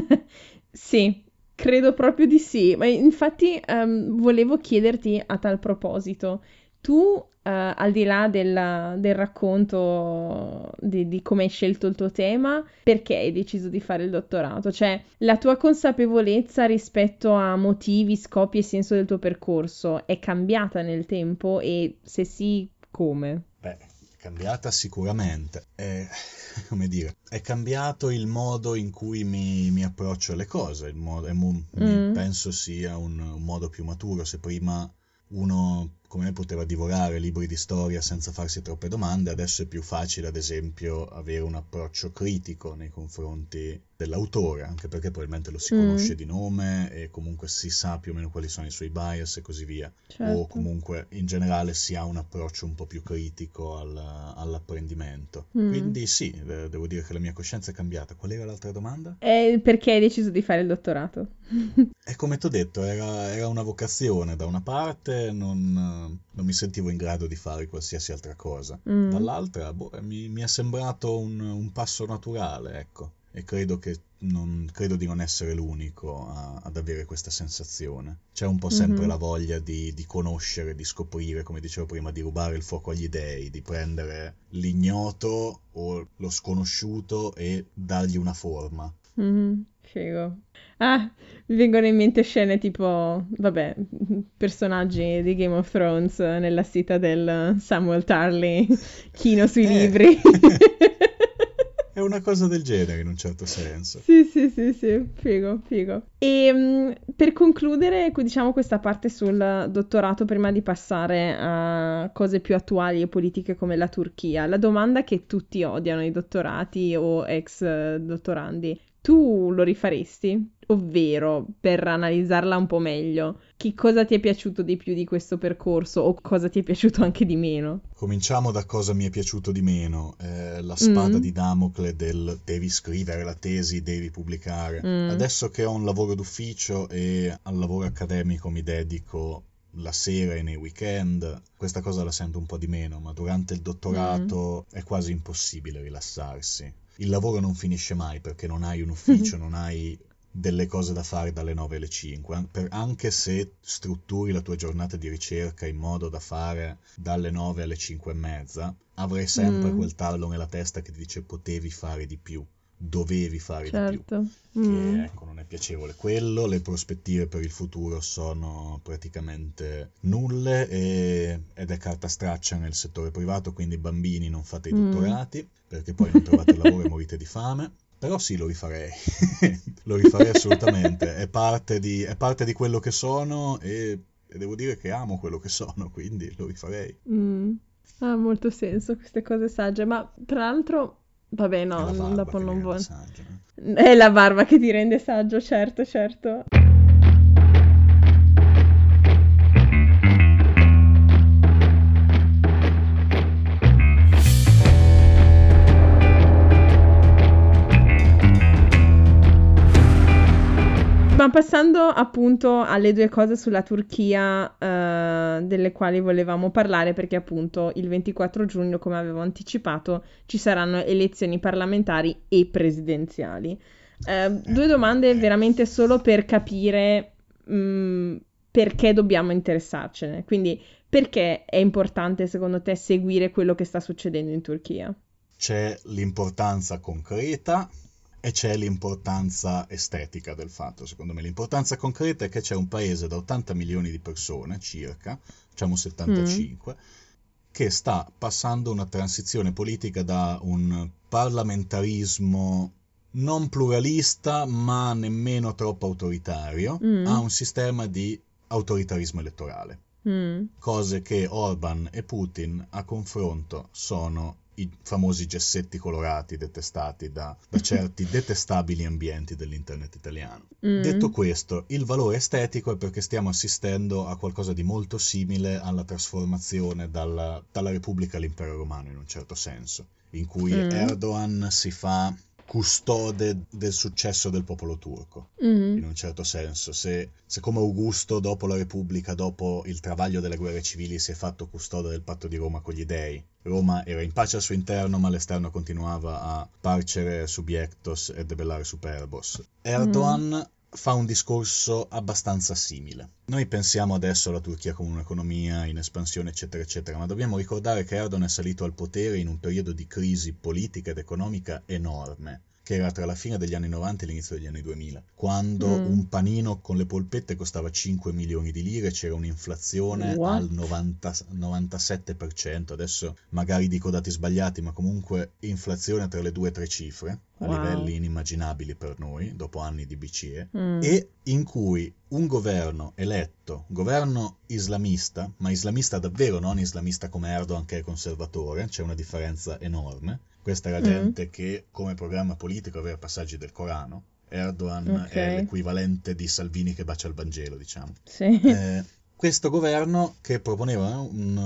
Sì, credo proprio di sì. Ma infatti volevo chiederti a tal proposito, tu, al di là del racconto di come hai scelto il tuo tema, perché hai deciso di fare il dottorato? Cioè, la tua consapevolezza rispetto a motivi, scopi e senso del tuo percorso è cambiata nel tempo, e se sì, come? Beh, è cambiata sicuramente. Come dire, è cambiato il modo in cui mi approccio alle cose. Mm, Penso sia un modo più maturo. Se prima uno come me poteva divorare libri di storia senza farsi troppe domande, adesso è più facile, ad esempio, avere un approccio critico nei confronti dell'autore, anche perché probabilmente lo si conosce di nome e comunque si sa più o meno quali sono i suoi bias e così via. Certo. O comunque in generale si ha un approccio un po' più critico all'apprendimento. Quindi sì, devo dire che la mia coscienza è cambiata. Qual era l'altra domanda? Perché hai deciso di fare il dottorato? E come ti ho detto, era una vocazione. Da una parte non mi sentivo in grado di fare qualsiasi altra cosa. Dall'altra mi è sembrato un passo naturale, ecco. E credo di non essere l'unico ad avere questa sensazione. C'è un po' sempre la voglia di conoscere, di scoprire, come dicevo prima, di rubare il fuoco agli dei, di prendere l'ignoto o lo sconosciuto e dargli una forma. Figo. Mi vengono in mente scene tipo, vabbè, personaggi di Game of Thrones nella Citadel, Samuel Tarly, chino sui libri. È una cosa del genere in un certo senso. Sì, figo. E per concludere, diciamo, questa parte sul dottorato, prima di passare a cose più attuali e politiche come la Turchia, la domanda che tutti odiano i dottorati o ex dottorandi: tu lo rifaresti? Ovvero, per analizzarla un po' meglio, che cosa ti è piaciuto di più di questo percorso o cosa ti è piaciuto anche di meno? Cominciamo da cosa mi è piaciuto di meno. La spada di Damocle del devi scrivere la tesi, devi pubblicare. Adesso che ho un lavoro d'ufficio e al lavoro accademico mi dedico la sera e nei weekend, questa cosa la sento un po' di meno, ma durante il dottorato è quasi impossibile rilassarsi. Il lavoro non finisce mai perché non hai un ufficio, non hai delle cose da fare dalle 9 alle 5, anche se strutturi la tua giornata di ricerca in modo da fare dalle 9 alle 5 e mezza, avrai sempre quel tarlo nella testa che ti dice potevi fare di più, dovevi fare di più, che ecco non è piacevole quello. Le prospettive per il futuro sono praticamente nulle ed è carta straccia nel settore privato, quindi bambini non fate i dottorati perché poi non trovate lavoro e morite di fame. Però sì, lo rifarei, lo rifarei assolutamente, è parte di quello che sono e devo dire che amo quello che sono, quindi lo rifarei. Ha molto senso queste cose sagge, ma tra l'altro, vabbè no, dopo non voglio. È la barba che ti rende saggio, certo. Ma passando appunto alle due cose sulla Turchia delle quali volevamo parlare, perché appunto il 24 giugno, come avevo anticipato, ci saranno elezioni parlamentari e presidenziali. Due domande veramente solo per capire perché dobbiamo interessarcene. Quindi, perché è importante secondo te seguire quello che sta succedendo in Turchia? C'è l'importanza concreta e c'è l'importanza estetica del fatto. Secondo me l'importanza concreta è che c'è un paese da 80 milioni di persone, circa, diciamo 75, che sta passando una transizione politica da un parlamentarismo non pluralista, ma nemmeno troppo autoritario, a un sistema di autoritarismo elettorale. Cose che Orban e Putin a confronto sono i famosi gessetti colorati detestati da certi detestabili ambienti dell'internet italiano. Detto questo, il valore estetico è perché stiamo assistendo a qualcosa di molto simile alla trasformazione dalla Repubblica all'Impero Romano, in un certo senso, in cui Erdogan si fa custode del successo del popolo turco, in un certo senso. Se come Augusto dopo la Repubblica, dopo il travaglio delle guerre civili, si è fatto custode del patto di Roma con gli dei, Roma era in pace al suo interno, ma l'esterno continuava a parcere subiectos e debellare superbos. Erdogan fa un discorso abbastanza simile. Noi pensiamo adesso alla Turchia come un'economia in espansione, eccetera, eccetera, ma dobbiamo ricordare che Erdogan è salito al potere in un periodo di crisi politica ed economica enorme, che era tra la fine degli anni 90 e l'inizio degli anni 2000, quando un panino con le polpette costava 5 milioni di lire, c'era un'inflazione al 97%, adesso magari dico dati sbagliati, ma comunque inflazione tra le 2 e 3 cifre, a livelli inimmaginabili per noi, dopo anni di BCE, e in cui un governo eletto, governo islamista, ma islamista davvero, non islamista come Erdogan che è conservatore, c'è una differenza enorme. Questa è la gente che come programma politico aveva passaggi del Corano. Erdogan è l'equivalente di Salvini che bacia il Vangelo, diciamo. Sì. Questo governo che proponeva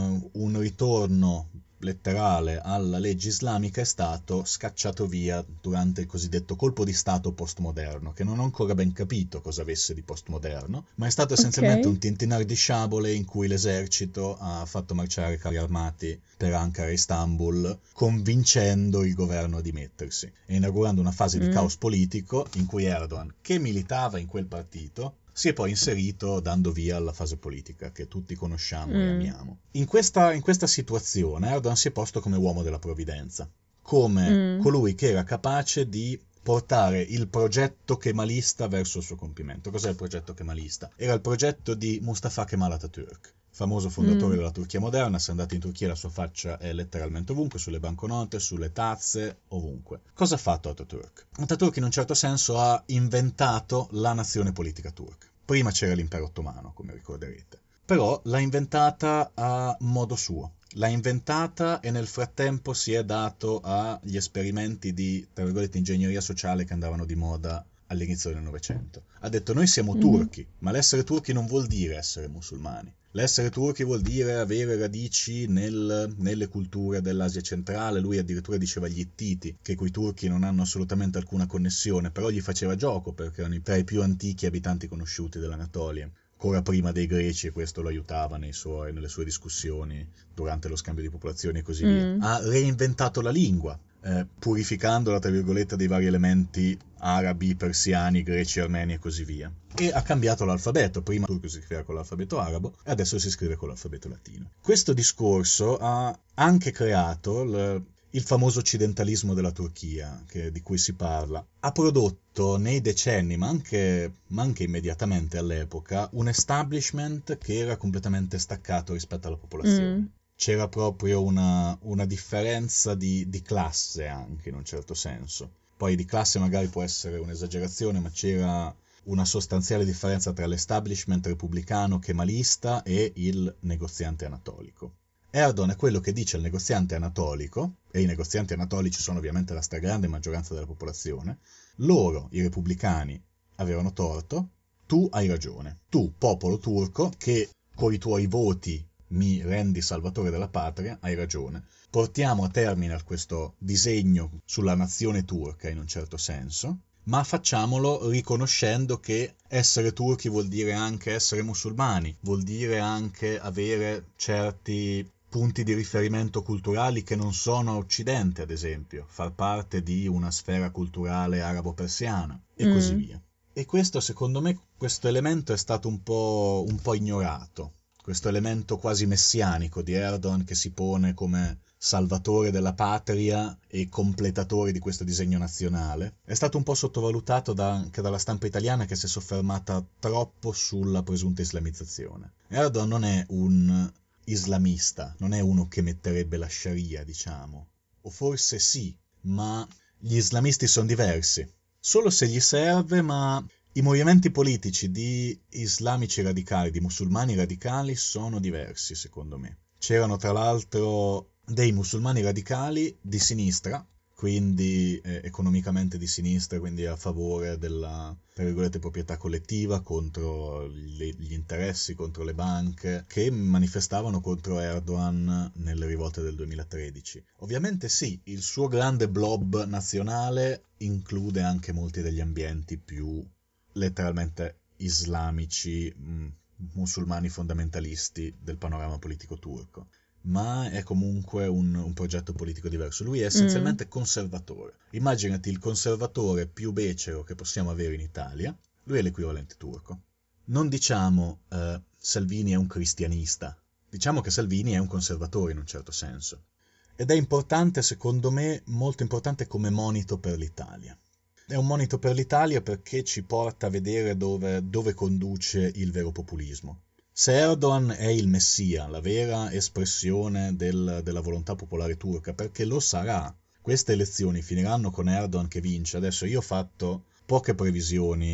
un ritorno letterale alla legge islamica è stato scacciato via durante il cosiddetto colpo di Stato postmoderno, che non ho ancora ben capito cosa avesse di postmoderno, ma è stato essenzialmente un tintinnare di sciabole in cui l'esercito ha fatto marciare carri armati per Ankara e Istanbul, convincendo il governo a dimettersi e inaugurando una fase di caos politico in cui Erdogan, che militava in quel partito, si è poi inserito dando via alla fase politica che tutti conosciamo e amiamo. In questa situazione Erdogan si è posto come uomo della provvidenza, come colui che era capace di portare il progetto kemalista verso il suo compimento. Cos'è il progetto kemalista? Era il progetto di Mustafa Kemal Atatürk, famoso fondatore della Turchia moderna. Se andate in Turchia la sua faccia è letteralmente ovunque, sulle banconote, sulle tazze, ovunque. Cosa ha fatto Atatürk? Atatürk in un certo senso ha inventato la nazione politica turca. Prima c'era l'impero ottomano, come ricorderete, però l'ha inventata a modo suo. L'ha inventata e nel frattempo si è dato agli esperimenti di, tra virgolette, ingegneria sociale che andavano di moda all'inizio del Novecento. Ha detto: noi siamo turchi, ma l'essere turchi non vuol dire essere musulmani. L'essere turchi vuol dire avere radici nelle culture dell'Asia centrale. Lui addirittura diceva agli Ittiti che coi turchi non hanno assolutamente alcuna connessione, però gli faceva gioco perché erano tra i più antichi abitanti conosciuti dell'Anatolia, ancora prima dei greci, e questo lo aiutava nelle sue discussioni durante lo scambio di popolazioni e così via. Ha reinventato la lingua, purificandola, tra virgolette, dei vari elementi arabi, persiani, greci, armeni e così via. E ha cambiato l'alfabeto. Prima il turco si scriveva con l'alfabeto arabo e adesso si scrive con l'alfabeto latino. Questo discorso ha anche creato il famoso occidentalismo della Turchia, di cui si parla. Ha prodotto nei decenni, ma anche immediatamente all'epoca, un establishment che era completamente staccato rispetto alla popolazione. C'era proprio una differenza di classe anche, in un certo senso. Poi di classe magari può essere un'esagerazione, ma c'era una sostanziale differenza tra l'establishment repubblicano kemalista e il negoziante anatolico. Erdogan è quello che dice al negoziante anatolico, e i negozianti anatolici sono ovviamente la stragrande maggioranza della popolazione: loro, i repubblicani, avevano torto, tu hai ragione. Tu, popolo turco, che coi tuoi voti mi rendi salvatore della patria, hai ragione. Portiamo a termine questo disegno sulla nazione turca in un certo senso, ma facciamolo riconoscendo che essere turchi vuol dire anche essere musulmani, vuol dire anche avere certi punti di riferimento culturali che non sono Occidente, ad esempio, far parte di una sfera culturale arabo-persiana e così via. E questo, secondo me, questo elemento è stato un po' ignorato. Questo elemento quasi messianico di Erdogan che si pone come salvatore della patria e completatore di questo disegno nazionale, è stato un po' sottovalutato anche dalla stampa italiana, che si è soffermata troppo sulla presunta islamizzazione. Erdogan non è un islamista, non è uno che metterebbe la Sharia, diciamo, o forse sì, ma gli islamisti sono diversi, solo se gli serve, ma i movimenti politici di islamici radicali, di musulmani radicali, sono diversi, secondo me. C'erano tra l'altro dei musulmani radicali di sinistra, quindi economicamente di sinistra, quindi a favore della, tra virgolette, proprietà collettiva, contro gli interessi, contro le banche, che manifestavano contro Erdogan nelle rivolte del 2013. Ovviamente sì, il suo grande blob nazionale include anche molti degli ambienti più letteralmente islamici, musulmani fondamentalisti del panorama politico turco, ma è comunque un progetto politico diverso. Lui è essenzialmente conservatore. Immaginati il conservatore più becero che possiamo avere in Italia, lui è l'equivalente turco. Non diciamo Salvini è un cristianista, diciamo che Salvini è un conservatore in un certo senso. Ed è importante, secondo me, molto importante come monito per l'Italia. È un monito per l'Italia perché ci porta a vedere dove conduce il vero populismo. Se Erdogan è il messia, la vera espressione della volontà popolare turca, perché lo sarà, queste elezioni finiranno con Erdogan che vince. Adesso io ho fatto poche previsioni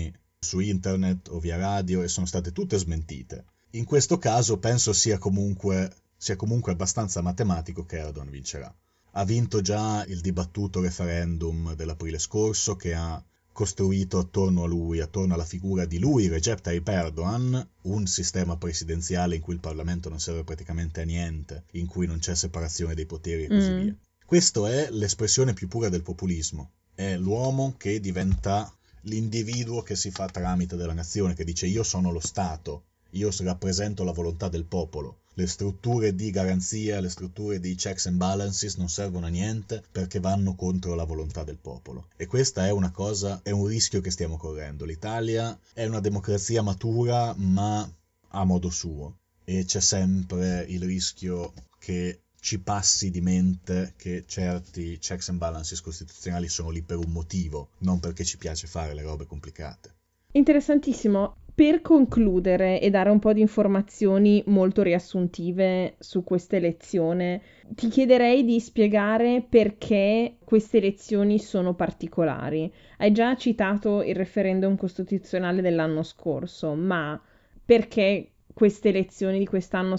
su internet o via radio e sono state tutte smentite. In questo caso penso sia comunque abbastanza matematico che Erdogan vincerà. Ha vinto già il dibattuto referendum dell'aprile scorso che ha costruito attorno a lui, attorno alla figura di lui, Recep Tayyip Erdogan, un sistema presidenziale in cui il Parlamento non serve praticamente a niente, in cui non c'è separazione dei poteri e così via. Questo è l'espressione più pura del populismo. È l'uomo che diventa l'individuo che si fa tramite della nazione, che dice io sono lo Stato, io rappresento la volontà del popolo. Le strutture di garanzia, le strutture di checks and balances non servono a niente perché vanno contro la volontà del popolo. E questa è una cosa, è un rischio che stiamo correndo. L'Italia è una democrazia matura ma a modo suo e c'è sempre il rischio che ci passi di mente che certi checks and balances costituzionali sono lì per un motivo, non perché ci piace fare le robe complicate. Interessantissimo. Per concludere e dare un po' di informazioni molto riassuntive su questa elezione, ti chiederei di spiegare perché queste elezioni sono particolari. Hai già citato il referendum costituzionale dell'anno scorso, ma perché queste elezioni di quest'anno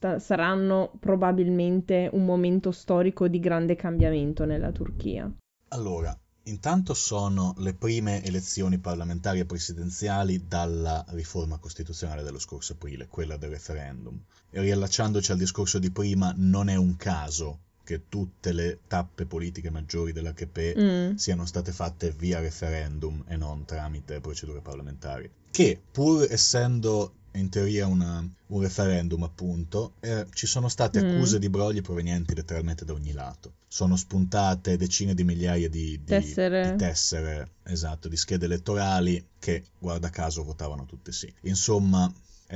saranno probabilmente un momento storico di grande cambiamento nella Turchia? Allora, intanto sono le prime elezioni parlamentari e presidenziali dalla riforma costituzionale dello scorso aprile, quella del referendum. E riallacciandoci al discorso di prima, non è un caso che tutte le tappe politiche maggiori dell'AKP siano state fatte via referendum e non tramite procedure parlamentari. Che, pur essendo in teoria un referendum, appunto, ci sono state accuse di brogli provenienti letteralmente da ogni lato. Sono spuntate decine di migliaia di tessere, esatto, di schede elettorali che, guarda caso, votavano tutte sì. Insomma,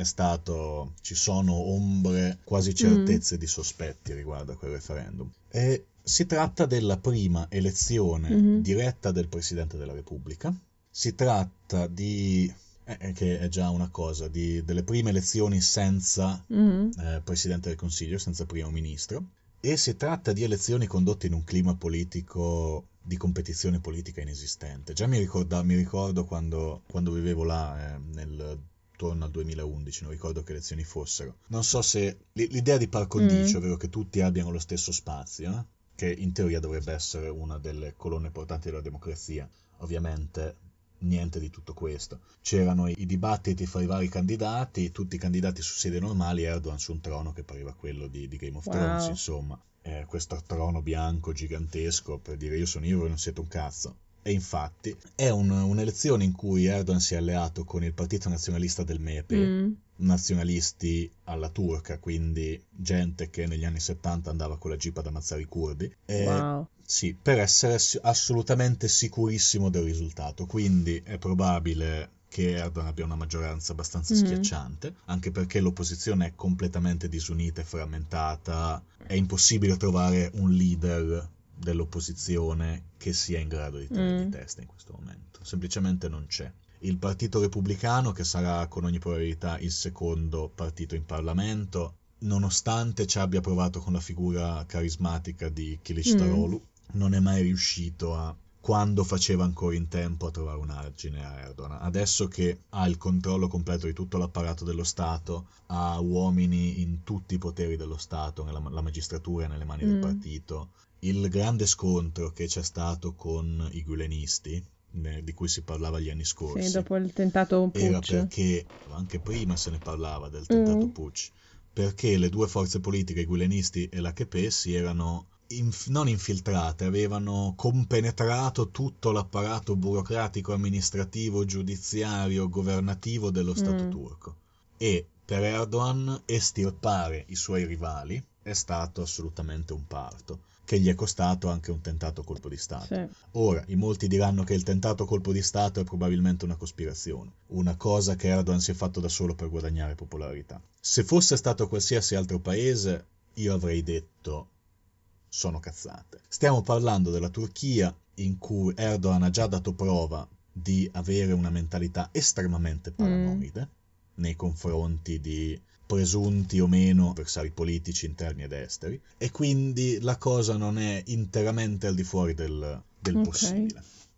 ci sono ombre, quasi certezze di sospetti riguardo a quel referendum. E si tratta della prima elezione diretta del Presidente della Repubblica. Si tratta di... che è già una cosa, delle prime elezioni senza Presidente del Consiglio, senza Primo Ministro, e si tratta di elezioni condotte in un clima politico di competizione politica inesistente. Già mi ricordo quando vivevo là, attorno al 2011, non ricordo che elezioni fossero. Non so se l'idea di par condicio, ovvero che tutti abbiano lo stesso spazio, che in teoria dovrebbe essere una delle colonne portanti della democrazia, ovviamente niente di tutto questo. C'erano i dibattiti fra i vari candidati, tutti i candidati su sedie normali, Erdogan su un trono che pareva quello di Game of Thrones, insomma. Questo trono bianco gigantesco per dire io sono io, voi non siete un cazzo. E infatti è un'elezione in cui Erdogan si è alleato con il partito nazionalista del MHP, nazionalisti alla turca, quindi gente che negli anni 70 andava con la jeep ad ammazzare i curdi. Sì, per essere assolutamente sicurissimo del risultato, quindi è probabile che Erdogan abbia una maggioranza abbastanza schiacciante, anche perché l'opposizione è completamente disunita e frammentata, è impossibile trovare un leader dell'opposizione che sia in grado di tenere di testa in questo momento, semplicemente non c'è. Il Partito Repubblicano, che sarà con ogni probabilità il secondo partito in Parlamento, nonostante ci abbia provato con la figura carismatica di Kılıçdaroğlu, non è mai riuscito quando faceva ancora in tempo, a trovare un argine a Erdogan. Adesso che ha il controllo completo di tutto l'apparato dello Stato, ha uomini in tutti i poteri dello Stato, la magistratura è nelle mani del partito, il grande scontro che c'è stato con i gülenisti, di cui si parlava gli anni scorsi, sì, dopo il tentato putsch, era perché, anche prima se ne parlava del tentato putsch, perché le due forze politiche, i gülenisti e l'AKP, si erano non infiltrate, avevano compenetrato tutto l'apparato burocratico, amministrativo, giudiziario, governativo dello Stato turco. E per Erdogan estirpare i suoi rivali è stato assolutamente un parto, che gli è costato anche un tentato colpo di Stato. Sì. Ora, in molti diranno che il tentato colpo di Stato è probabilmente una cospirazione, una cosa che Erdogan si è fatto da solo per guadagnare popolarità. Se fosse stato qualsiasi altro paese, io avrei detto sono cazzate. Stiamo parlando della Turchia, in cui Erdogan ha già dato prova di avere una mentalità estremamente paranoide nei confronti di presunti o meno avversari politici interni ed esteri, e quindi la cosa non è interamente al di fuori del possibile.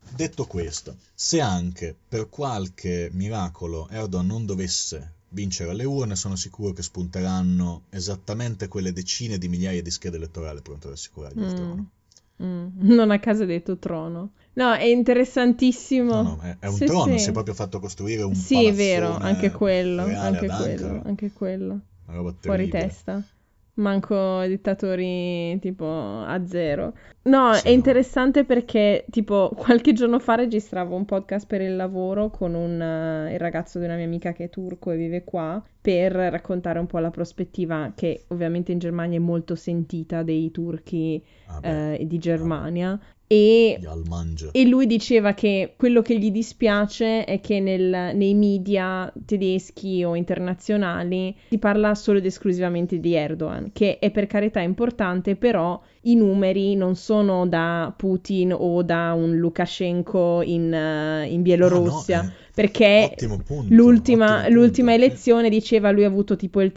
Detto questo, se anche per qualche miracolo Erdogan non dovesse vincere alle urne, sono sicuro che spunteranno esattamente quelle decine di migliaia di schede elettorali pronte ad assicurargli il trono. Non a caso hai detto trono. No, è interessantissimo. No, è un trono, si è proprio fatto costruire un palazzone. Sì, è vero, anche quello, reale anche ad quello, Ankara. anche quello. Una roba Fuori terribile. testa. Manco dittatori tipo a zero. No, Sì, è interessante perché tipo qualche giorno fa registravo un podcast per il lavoro con il ragazzo di una mia amica che è turco e vive qua per raccontare un po' la prospettiva che ovviamente in Germania è molto sentita dei turchi di Germania. E lui diceva che quello che gli dispiace è che nei media tedeschi o internazionali si parla solo ed esclusivamente di Erdogan, che è per carità importante, però i numeri non sono da Putin o da un Lukashenko in Bielorussia, no, perché ottimo punto, l'ultima punto, elezione diceva lui ha avuto tipo il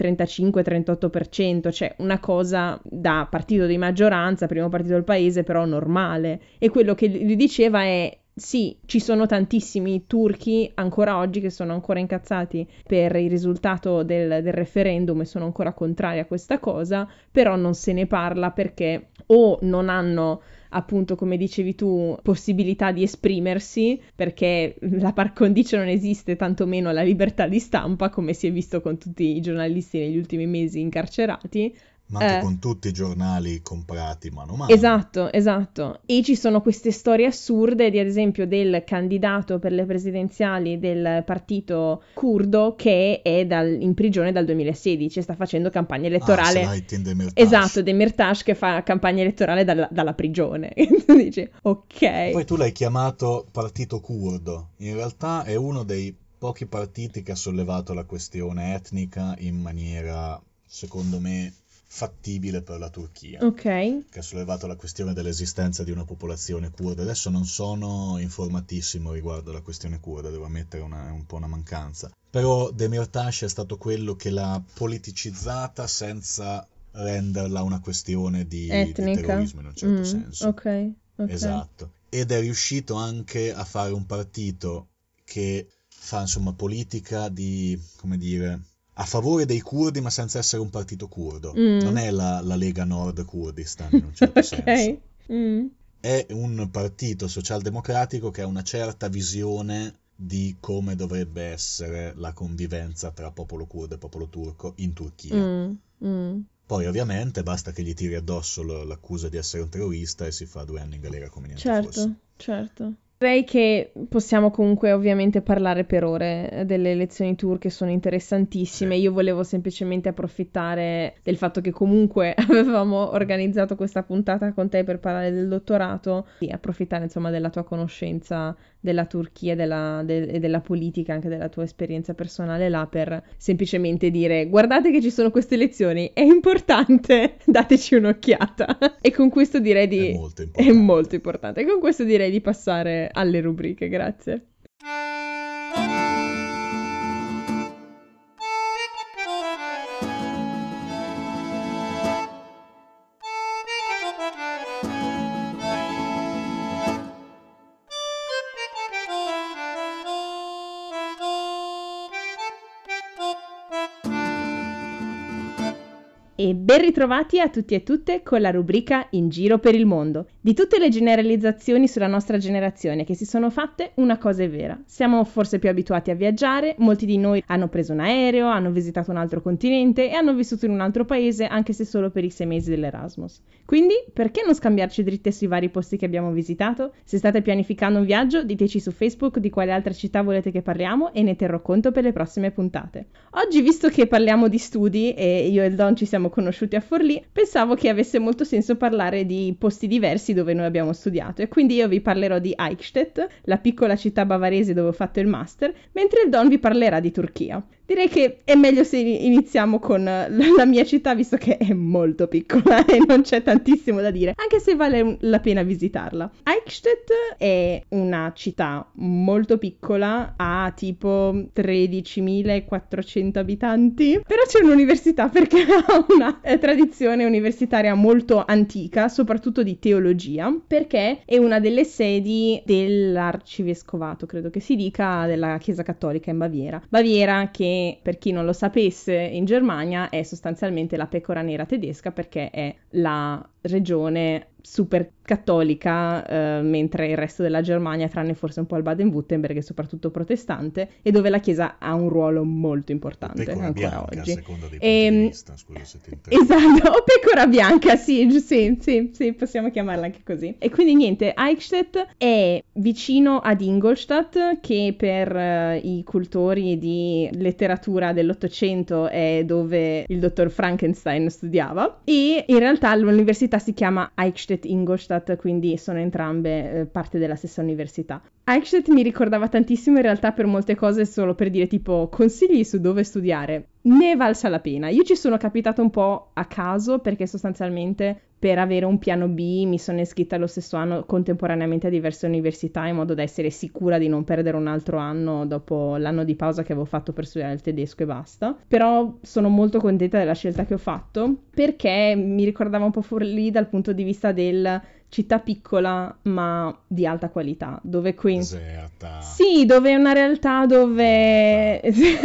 35-38%, cioè una cosa da partito di maggioranza, primo partito del paese, però normale. E quello che lui diceva è sì, ci sono tantissimi turchi ancora oggi che sono ancora incazzati per il risultato del referendum e sono ancora contrari a questa cosa, però non se ne parla perché o non hanno, appunto, come dicevi tu, possibilità di esprimersi, perché la par condicio non esiste, tantomeno la libertà di stampa, come si è visto con tutti i giornalisti negli ultimi mesi incarcerati. Ma anche con tutti i giornali comprati mano a mano. Esatto. E ci sono queste storie assurde di, ad esempio, del candidato per le presidenziali del partito curdo che è in prigione dal 2016 e sta facendo campagna elettorale. Selahattin Demirtas. Esatto, Demirtas che fa campagna elettorale dalla prigione. E tu dici, ok. Poi tu l'hai chiamato partito curdo. In realtà è uno dei pochi partiti che ha sollevato la questione etnica in maniera, secondo me, fattibile per la Turchia, che ha sollevato la questione dell'esistenza di una popolazione curda. Adesso non sono informatissimo riguardo alla questione curda, devo ammettere un po' una mancanza, però Demirtas è stato quello che l'ha politicizzata senza renderla una questione di terrorismo in un certo senso. Ok. Esatto, ed è riuscito anche a fare un partito che fa insomma politica di, come dire, a favore dei curdi ma senza essere un partito curdo. Non è la Lega Nord Kurdistan in un certo senso. È un partito socialdemocratico che ha una certa visione di come dovrebbe essere la convivenza tra popolo curdo e popolo turco in Turchia. Poi ovviamente basta che gli tiri addosso l'accusa di essere un terrorista e si fa 2 anni in galera come niente fosse. Certo. Direi che possiamo comunque ovviamente parlare per ore delle elezioni turche, sono interessantissime. Io volevo semplicemente approfittare del fatto che comunque avevamo organizzato questa puntata con te per parlare del dottorato, e approfittare insomma della tua conoscenza della Turchia e della politica, anche della tua esperienza personale là, per semplicemente dire guardate che ci sono queste elezioni, è importante, dateci un'occhiata. E con questo direi di... È molto importante. E con questo direi di passare alle rubriche, grazie. E ben ritrovati a tutti e tutte con la rubrica In giro per il mondo. Di tutte le generalizzazioni sulla nostra generazione che si sono fatte, una cosa è vera. Siamo forse più abituati a viaggiare, molti di noi hanno preso un aereo, hanno visitato un altro continente e hanno vissuto in un altro paese, anche se solo per i 6 mesi dell'Erasmus. Quindi, perché non scambiarci dritte sui vari posti che abbiamo visitato? Se state pianificando un viaggio, diteci su Facebook di quale altra città volete che parliamo e ne terrò conto per le prossime puntate. Oggi, visto che parliamo di studi e io e il Don ci siamo conosciuti a Forlì, pensavo che avesse molto senso parlare di posti diversi dove noi abbiamo studiato, e quindi io vi parlerò di Eichstätt, la piccola città bavarese dove ho fatto il master, mentre il Don vi parlerà di Turchia. Direi che è meglio se iniziamo con la mia città, visto che è molto piccola e non c'è tantissimo da dire, anche se vale la pena visitarla. Eichstätt è una città molto piccola, ha tipo 13.400 abitanti, però c'è un'università perché ha una tradizione universitaria molto antica, soprattutto di teologia, perché è una delle sedi dell'arcivescovato, credo che si dica, della Chiesa Cattolica in Baviera. Baviera che, per chi non lo sapesse, in Germania è sostanzialmente la pecora nera tedesca, perché è la regione super cattolica, mentre il resto della Germania, tranne forse un po' il Baden-Württemberg, è soprattutto protestante, e dove la Chiesa ha un ruolo molto importante pecora ancora bianca, oggi. A seconda dei punti di vista, scusa se ti interrompo. Esatto, o pecora bianca, sì, possiamo chiamarla anche cosí. E quindi niente, Eichstätt è vicino ad Ingolstadt, che per i cultori di letteratura dell'Ottocento è dove il dottor Frankenstein studiava, e in realtà l'università si chiama Eichstätt-Ingolstadt, quindi sono entrambe parte della stessa università. Eichstätt mi ricordava tantissimo in realtà per molte cose, solo per dire tipo consigli su dove studiare. Ne è valsa la pena. Io ci sono capitata un po' a caso perché sostanzialmente per avere un piano B mi sono iscritta lo stesso anno contemporaneamente a diverse università in modo da essere sicura di non perdere un altro anno dopo l'anno di pausa che avevo fatto per studiare il tedesco e basta. Però sono molto contenta della scelta che ho fatto perché mi ricordava un po' fuori dal punto di vista del città piccola ma di alta qualità, dove qui deserta. Sì, dove è una realtà dove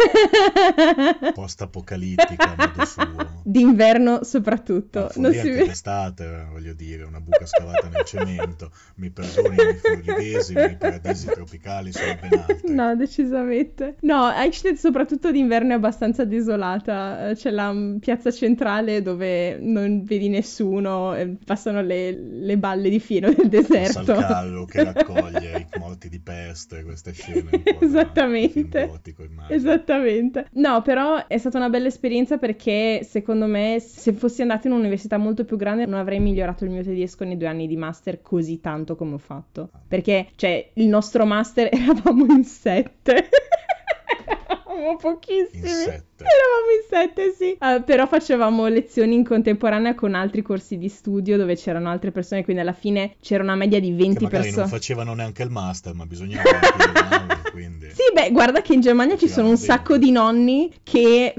post-apocalittica a modo suo. D'inverno soprattutto. Non si vede d'estate, voglio dire, una buca scavata nel cemento. Mi perdoni i forlivesi, ma i paradisi tropicali sono ben altri. No, decisamente. No, Eichstätt soprattutto d'inverno è abbastanza desolata. C'è la piazza centrale dove non vedi nessuno, passano le balle di fieno del deserto. Il Salcallo che raccoglie i morti di peste, queste scene un po' Esattamente. gotico, immagino. Esattamente. No, però è stata una bella esperienza perché secondo me se fossi andata in un'università molto più grande non avrei migliorato il mio tedesco nei 2 anni di master così tanto come ho fatto. Perché, cioè, il nostro master eravamo in 7. Eravamo pochissimi. In 7. Eravamo in 7, sì. Però facevamo lezioni in contemporanea con altri corsi di studio dove c'erano altre persone, quindi alla fine c'era una media di 20 persone. Non facevano neanche il master, ma bisognava anche quindi. Sì, beh, guarda che in Germania ci sono un sacco di nonni che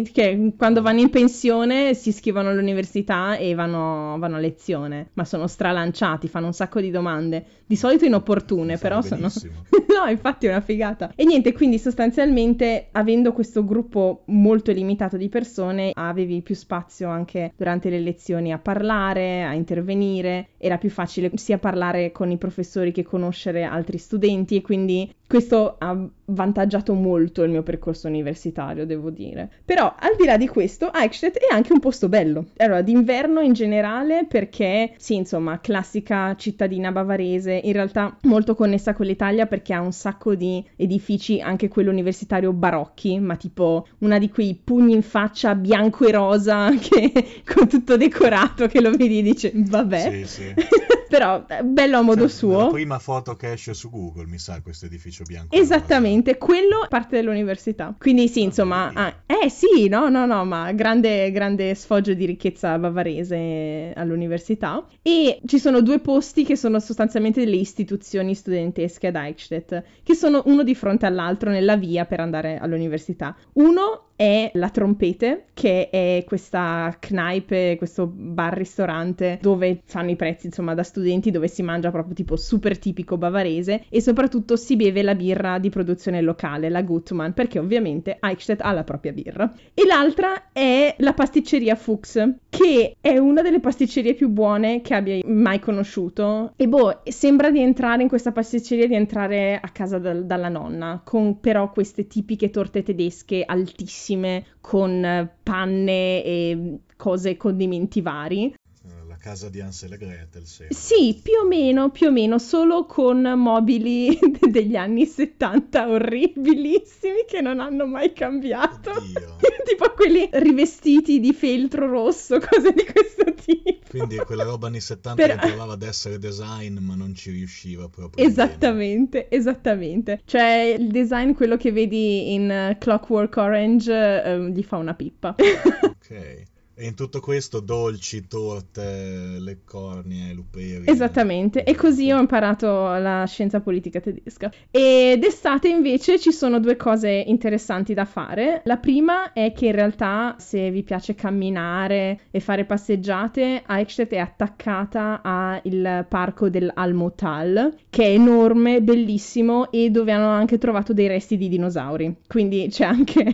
quando vanno in pensione si iscrivono all'università e vanno a lezione, ma sono stralanciati, fanno un sacco di domande, di solito inopportune, però sono... No, infatti è una figata. E niente, quindi sostanzialmente avendo questo gruppo molto limitato di persone avevi più spazio anche durante le lezioni a parlare, a intervenire, era più facile sia parlare con i professori che conoscere altri studenti e quindi questo ha vantaggiato molto il mio percorso universitario, devo dire. Però al di là di questo, Eichstätt è anche un posto bello. Allora, d'inverno in generale perché, sì, insomma, classica cittadina bavarese, in realtà molto connessa con l'Italia perché ha un sacco di edifici, anche quello universitario barocchi, ma tipo una di quei pugni in faccia bianco e rosa che con tutto decorato che lo vedi e dici, vabbè. Sì. Però bello a modo suo. La prima foto che esce su Google, mi sa, questo edificio bianco. Esattamente, quello è parte dell'università. Quindi sì, insomma, sì, no, ma grande sfoggio di ricchezza bavarese all'università. E ci sono 2 posti che sono sostanzialmente delle istituzioni studentesche ad Eichstätt, che sono uno di fronte all'altro nella via per andare all'università. Uno è la Trompete, che è questa kneipe, questo bar-ristorante dove fanno i prezzi, insomma, da studenti, dove si mangia proprio tipo super tipico bavarese e soprattutto si beve la birra di produzione locale, la Gutmann, perché ovviamente Eichstätt ha la propria birra. E l'altra è la pasticceria Fuchs, che è una delle pasticcerie più buone che abbia mai conosciuto. E sembra di entrare in questa pasticceria, di entrare a casa dalla nonna, con però queste tipiche torte tedesche altissime, con panne e cose, condimenti vari. La casa di Hansel e Gretel, sì, più o meno, solo con mobili degli anni 70 orribilissimi che non hanno mai cambiato. Oddio. Tipo quelli rivestiti di feltro rosso, cose di questo tipo. Quindi quella roba anni 70 che provava ad essere design, ma non ci riusciva proprio. Esattamente. Cioè il design, quello che vedi in Clockwork Orange, gli fa una pippa. Ok. E in tutto questo dolci, torte, le cornie, luperi. Esattamente, e così ho imparato la scienza politica tedesca. E d'estate invece ci sono due cose interessanti da fare. La prima è che in realtà, se vi piace camminare e fare passeggiate, Eichstätt è attaccata al parco del Almotal, che è enorme, bellissimo, e dove hanno anche trovato dei resti di dinosauri. Quindi c'è anche,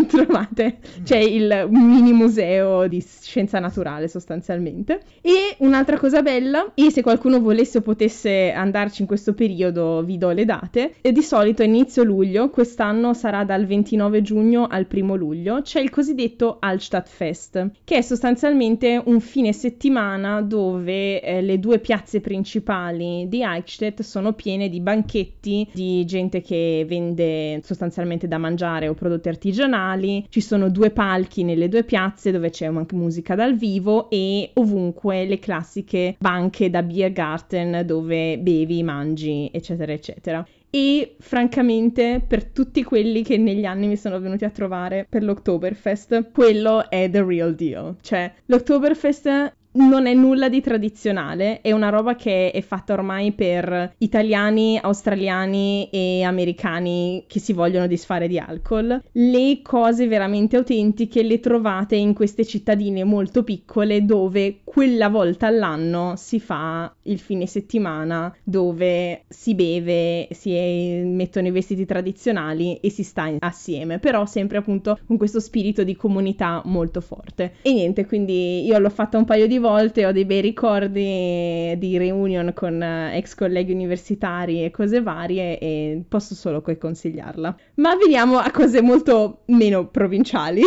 c'è il mini museo di scienza naturale sostanzialmente. E un'altra cosa bella, e se qualcuno volesse o potesse andarci in questo periodo, vi do le date, e di solito a inizio luglio, quest'anno sarà dal 29 giugno al 1 luglio, c'è il cosiddetto Altstadtfest, che è sostanzialmente un fine settimana dove le due piazze principali di Eichstätt sono piene di banchetti di gente che vende sostanzialmente da mangiare o prodotti artigianali. Ci sono due palchi nelle due piazze dove c'è anche musica dal vivo e ovunque le classiche banche da Biergarten dove bevi, mangi, eccetera, eccetera. E francamente, per tutti quelli che negli anni mi sono venuti a trovare per l'Oktoberfest, quello è the real deal. Cioè, l'Oktoberfest non è nulla di tradizionale, è una roba che è fatta ormai per italiani, australiani e americani che si vogliono disfare di alcol. Le cose veramente autentiche le trovate in queste cittadine molto piccole dove quella volta all'anno si fa il fine settimana dove si beve, si mettono i vestiti tradizionali e si sta assieme, però sempre appunto con questo spirito di comunità molto forte. E niente, quindi io l'ho fatta un paio di volte, ho dei bei ricordi di reunion con ex colleghi universitari e cose varie e posso solo consigliarla. Ma veniamo a cose molto meno provinciali.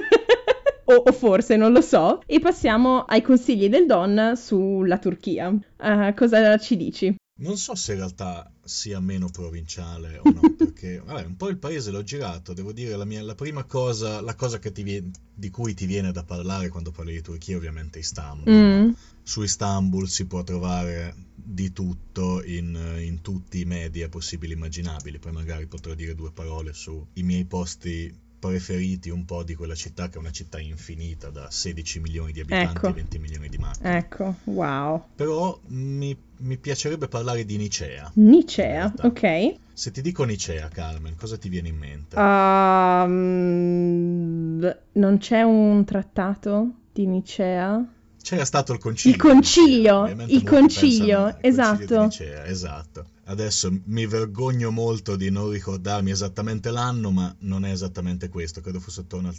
O forse, non lo so. E passiamo ai consigli del Don sulla Turchia. Cosa ci dici? Non so se in realtà sia meno provinciale o no, perché vabbè, un po' il paese l'ho girato, devo dire la prima cosa, la cosa che di cui ti viene da parlare quando parli di Turchia è ovviamente Istanbul. No? Su Istanbul si può trovare di tutto in tutti i media possibili e immaginabili, poi magari potrò dire due parole sui miei posti preferiti un po' di quella città, che è una città infinita da 16 milioni di abitanti e 20 milioni di macchine. Ecco, wow. Però mi piacerebbe parlare di Nicea. Nicea, ok. Se ti dico Nicea, Carmen, cosa ti viene in mente? Non c'è un trattato di Nicea? C'era stato il concilio. Il concilio, esatto. Di Nicea, esatto. Adesso mi vergogno molto di non ricordarmi esattamente l'anno, ma non è esattamente questo. Credo fosse attorno al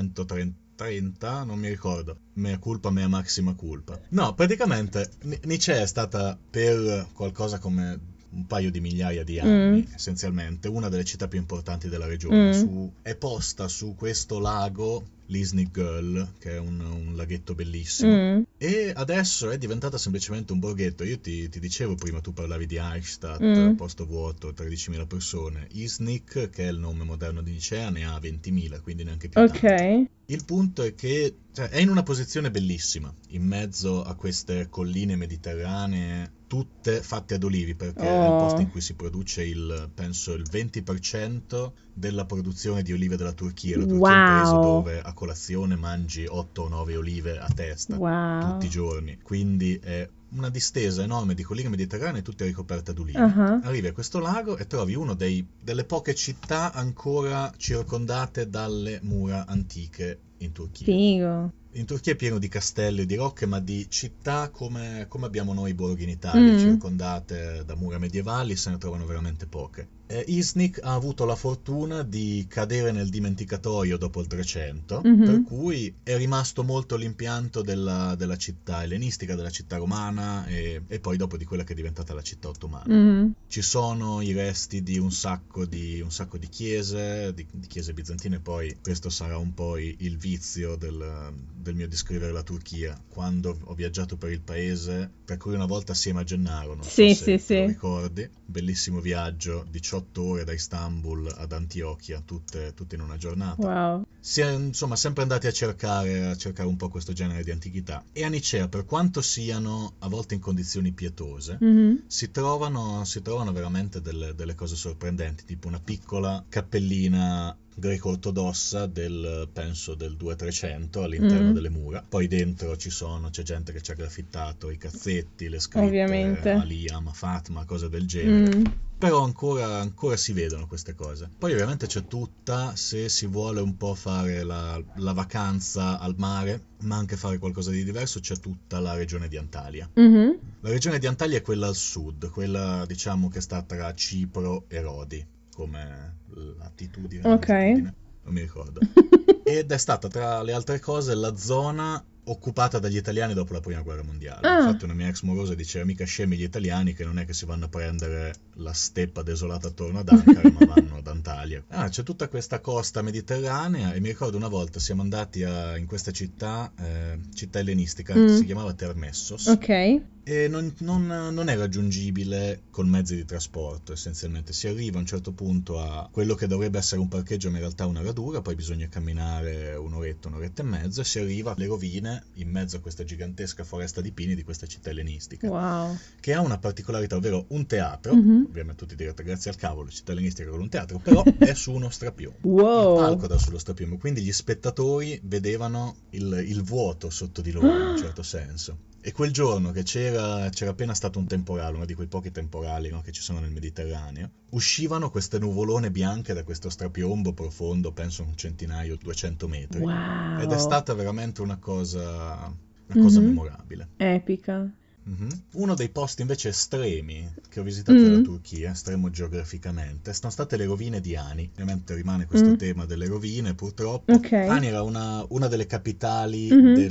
330, non mi ricordo. Mea culpa, mea maxima culpa. No, praticamente Nicea è stata per qualcosa come un paio di migliaia di anni, essenzialmente, una delle città più importanti della regione. È posta su questo lago, l'Iznik Göl, che è un laghetto bellissimo, e adesso è diventata semplicemente un borghetto. Io ti dicevo prima, tu parlavi di Eichstätt, posto vuoto, 13.000 persone. Iznik, che è il nome moderno di Nicea, ne ha 20.000, quindi neanche più tanto. Il punto è che è in una posizione bellissima, in mezzo a queste colline mediterranee, tutte fatte ad olivi, perché è il posto in cui si produce penso il 20% della produzione di olive della Turchia. La Turchia è un paese dove a colazione mangi 8 o 9 olive a testa tutti i giorni, quindi è una distesa enorme di colline mediterranee tutte ricoperte ad olivi. Arrivi a questo lago e trovi una delle poche città ancora circondate dalle mura antiche in Turchia. Figo. In Turchia è pieno di castelli e di rocche, ma di città come abbiamo noi i borghi in Italia, circondate da mura medievali, se ne trovano veramente poche. Iznik ha avuto la fortuna di cadere nel dimenticatoio dopo il 300, per cui è rimasto molto l'impianto della città ellenistica, della città romana e poi dopo di quella che è diventata la città ottomana. Ci sono i resti di un sacco di chiese, di chiese bizantine. Poi questo sarà un po' il vizio del mio descrivere la Turchia. Quando ho viaggiato per il paese, per cui una volta assieme a Gennaro, non so se lo ricordi, bellissimo viaggio, 18 ore da Istanbul ad Antiochia, tutte in una giornata. Wow. Si è insomma sempre andati a cercare un po' questo genere di antichità. E a Nicea, per quanto siano a volte in condizioni pietose, si trovano veramente delle cose sorprendenti, tipo una piccola cappellina greco-ortodossa penso del 200-300 all'interno delle mura. Poi dentro c'è gente che ci ha graffittato i cazzetti, le scritte Ovviamente. Aliyam, Fatma, cose del genere. Però ancora si vedono queste cose. Poi ovviamente c'è tutta, se si vuole un po' fare la vacanza al mare, ma anche fare qualcosa di diverso, c'è tutta la regione di Antalya. La regione di Antalya è quella al sud, quella diciamo che sta tra Cipro e Rodi, come latitudine, longitudine, non mi ricordo. Ed è stata, tra le altre cose, la zona occupata dagli italiani dopo la prima guerra mondiale. Infatti una mia ex morosa diceva: mica scemi gli italiani, che non è che si vanno a prendere la steppa desolata attorno ad Ankara, ma vanno ad Antalya. C'è tutta questa costa mediterranea, e mi ricordo una volta siamo andati in questa città ellenistica, che si chiamava Termessos. E non è raggiungibile con mezzi di trasporto. Essenzialmente si arriva a un certo punto a quello che dovrebbe essere un parcheggio, ma in realtà una radura, poi bisogna camminare un'oretta e mezza, e si arriva alle rovine in mezzo a questa gigantesca foresta di pini di questa città ellenistica, che ha una particolarità, ovvero un teatro. Ovviamente tutti direte: grazie al cavolo, città ellenistica con un teatro, però è su uno strapiombo. Il palco dà sullo strapiombo, quindi gli spettatori vedevano il vuoto sotto di loro, in un certo senso. E quel giorno che c'era appena stato un temporale, uno di quei pochi temporali, no, che ci sono nel Mediterraneo, uscivano queste nuvolone bianche da questo strapiombo profondo, penso un centinaio, 200 metri. Ed è stata veramente una cosa memorabile. Epica. Uno dei posti invece estremi che ho visitato della Turchia, estremo geograficamente, sono state le rovine di Ani. Ovviamente rimane questo tema delle rovine, purtroppo. Ani era una delle capitali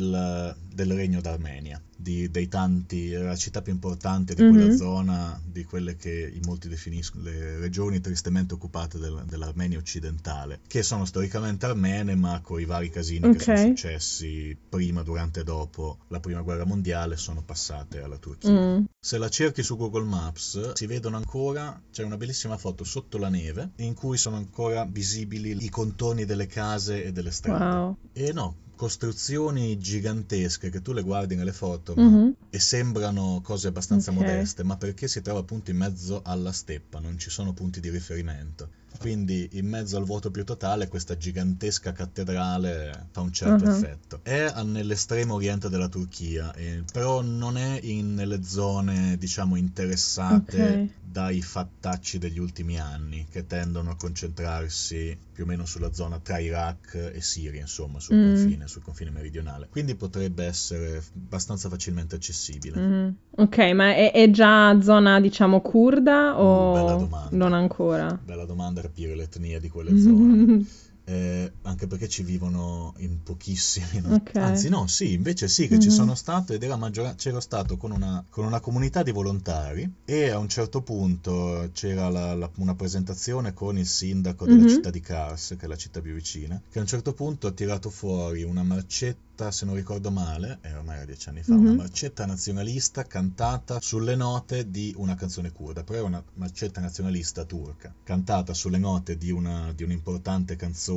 del regno d'Armenia, dei tanti, era la città più importante di quella zona, di quelle che in molti definiscono le regioni tristemente occupate dell'Armenia occidentale, che sono storicamente armene, ma con i vari casini che sono successi prima, durante e dopo la prima guerra mondiale sono passate alla Turchia. Se la cerchi su Google Maps si vedono ancora, c'è una bellissima foto sotto la neve in cui sono ancora visibili i contorni delle case e delle strade. E costruzioni gigantesche che tu le guardi nelle foto e sembrano cose abbastanza modeste, ma perché si trova appunto in mezzo alla steppa, non ci sono punti di riferimento. Quindi in mezzo al vuoto più totale questa gigantesca cattedrale fa un certo effetto. È nell'estremo oriente della Turchia, però non è nelle zone, diciamo, interessate dai fattacci degli ultimi anni, che tendono a concentrarsi più o meno sulla zona tra Iraq e Siria, insomma, sul confine meridionale. Quindi potrebbe essere abbastanza facilmente accessibile. Ok, ma è già zona, diciamo, curda o bella domanda. Non ancora? Bella domanda, capire l'etnia di quelle zone. Anche perché ci vivono in pochissimi, no? Anzi no, sì, invece sì che ci sono stato, ed c'ero stato con una comunità di volontari, e a un certo punto c'era una presentazione con il sindaco della città di Kars, che è la città più vicina, che a un certo punto ha tirato fuori una marcetta, se non ricordo male, ormai era 10 anni fa, una marcetta nazionalista cantata sulle note di una canzone curda, però è una marcetta nazionalista turca, cantata sulle note di un'importante canzone,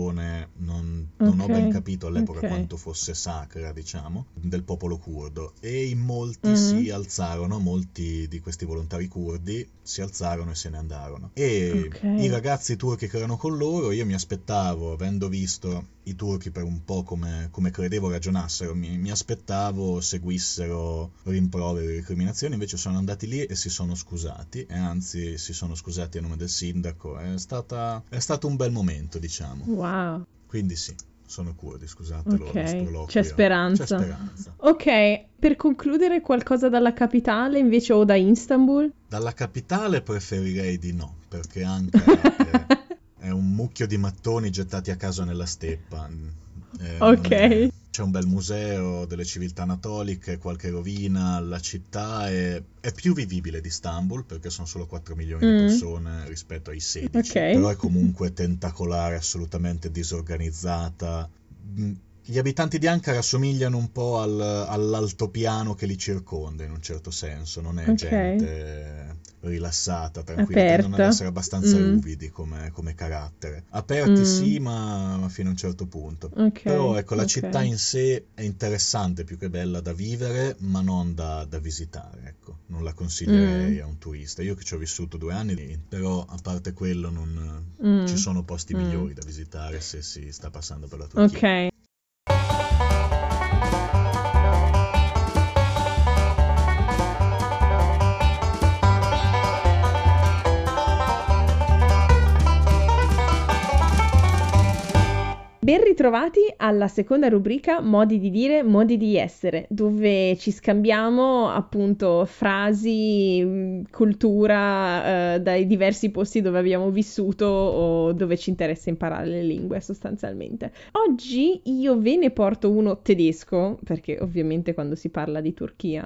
non ho ben capito all'epoca quanto fosse sacra, diciamo, del popolo curdo, e in molti si alzarono, molti di questi volontari curdi si alzarono e se ne andarono. E i ragazzi turchi che erano con loro, io mi aspettavo, avendo visto i turchi per un po' come credevo ragionassero, mi aspettavo seguissero rimproveri e recriminazioni, invece sono andati lì e si sono scusati, e anzi si sono scusati a nome del sindaco. È stato un bel momento, diciamo. Wow. Quindi sì, sono curdi, scusatelo, lo sproloquio. C'è speranza. Ok, per concludere, qualcosa dalla capitale invece, o da Istanbul? Dalla capitale preferirei di no, perché Ankara è un mucchio di mattoni gettati a caso nella steppa. C'è un bel museo delle civiltà anatoliche, qualche rovina, la città è più vivibile di Istanbul, perché sono solo 4 milioni di persone rispetto ai 16, però è comunque tentacolare, assolutamente disorganizzata. Gli abitanti di Ankara assomigliano un po' all'altopiano che li circonda in un certo senso, non è gente rilassata, tranquilla, tendono ad essere abbastanza ruvidi come carattere. Aperti sì, ma fino a un certo punto. Però ecco, la città in sé è interessante, più che bella da vivere, ma non da visitare, ecco. Non la consiglierei a un turista. Io che ci ho vissuto 2 anni lì, però a parte quello non ci sono posti migliori da visitare se si sta passando per la Turchia. Ok. Ben ritrovati alla seconda rubrica Modi di dire, modi di essere, dove ci scambiamo appunto frasi, cultura dai diversi posti dove abbiamo vissuto o dove ci interessa imparare le lingue sostanzialmente. Oggi io ve ne porto uno tedesco, perché ovviamente quando si parla di Turchia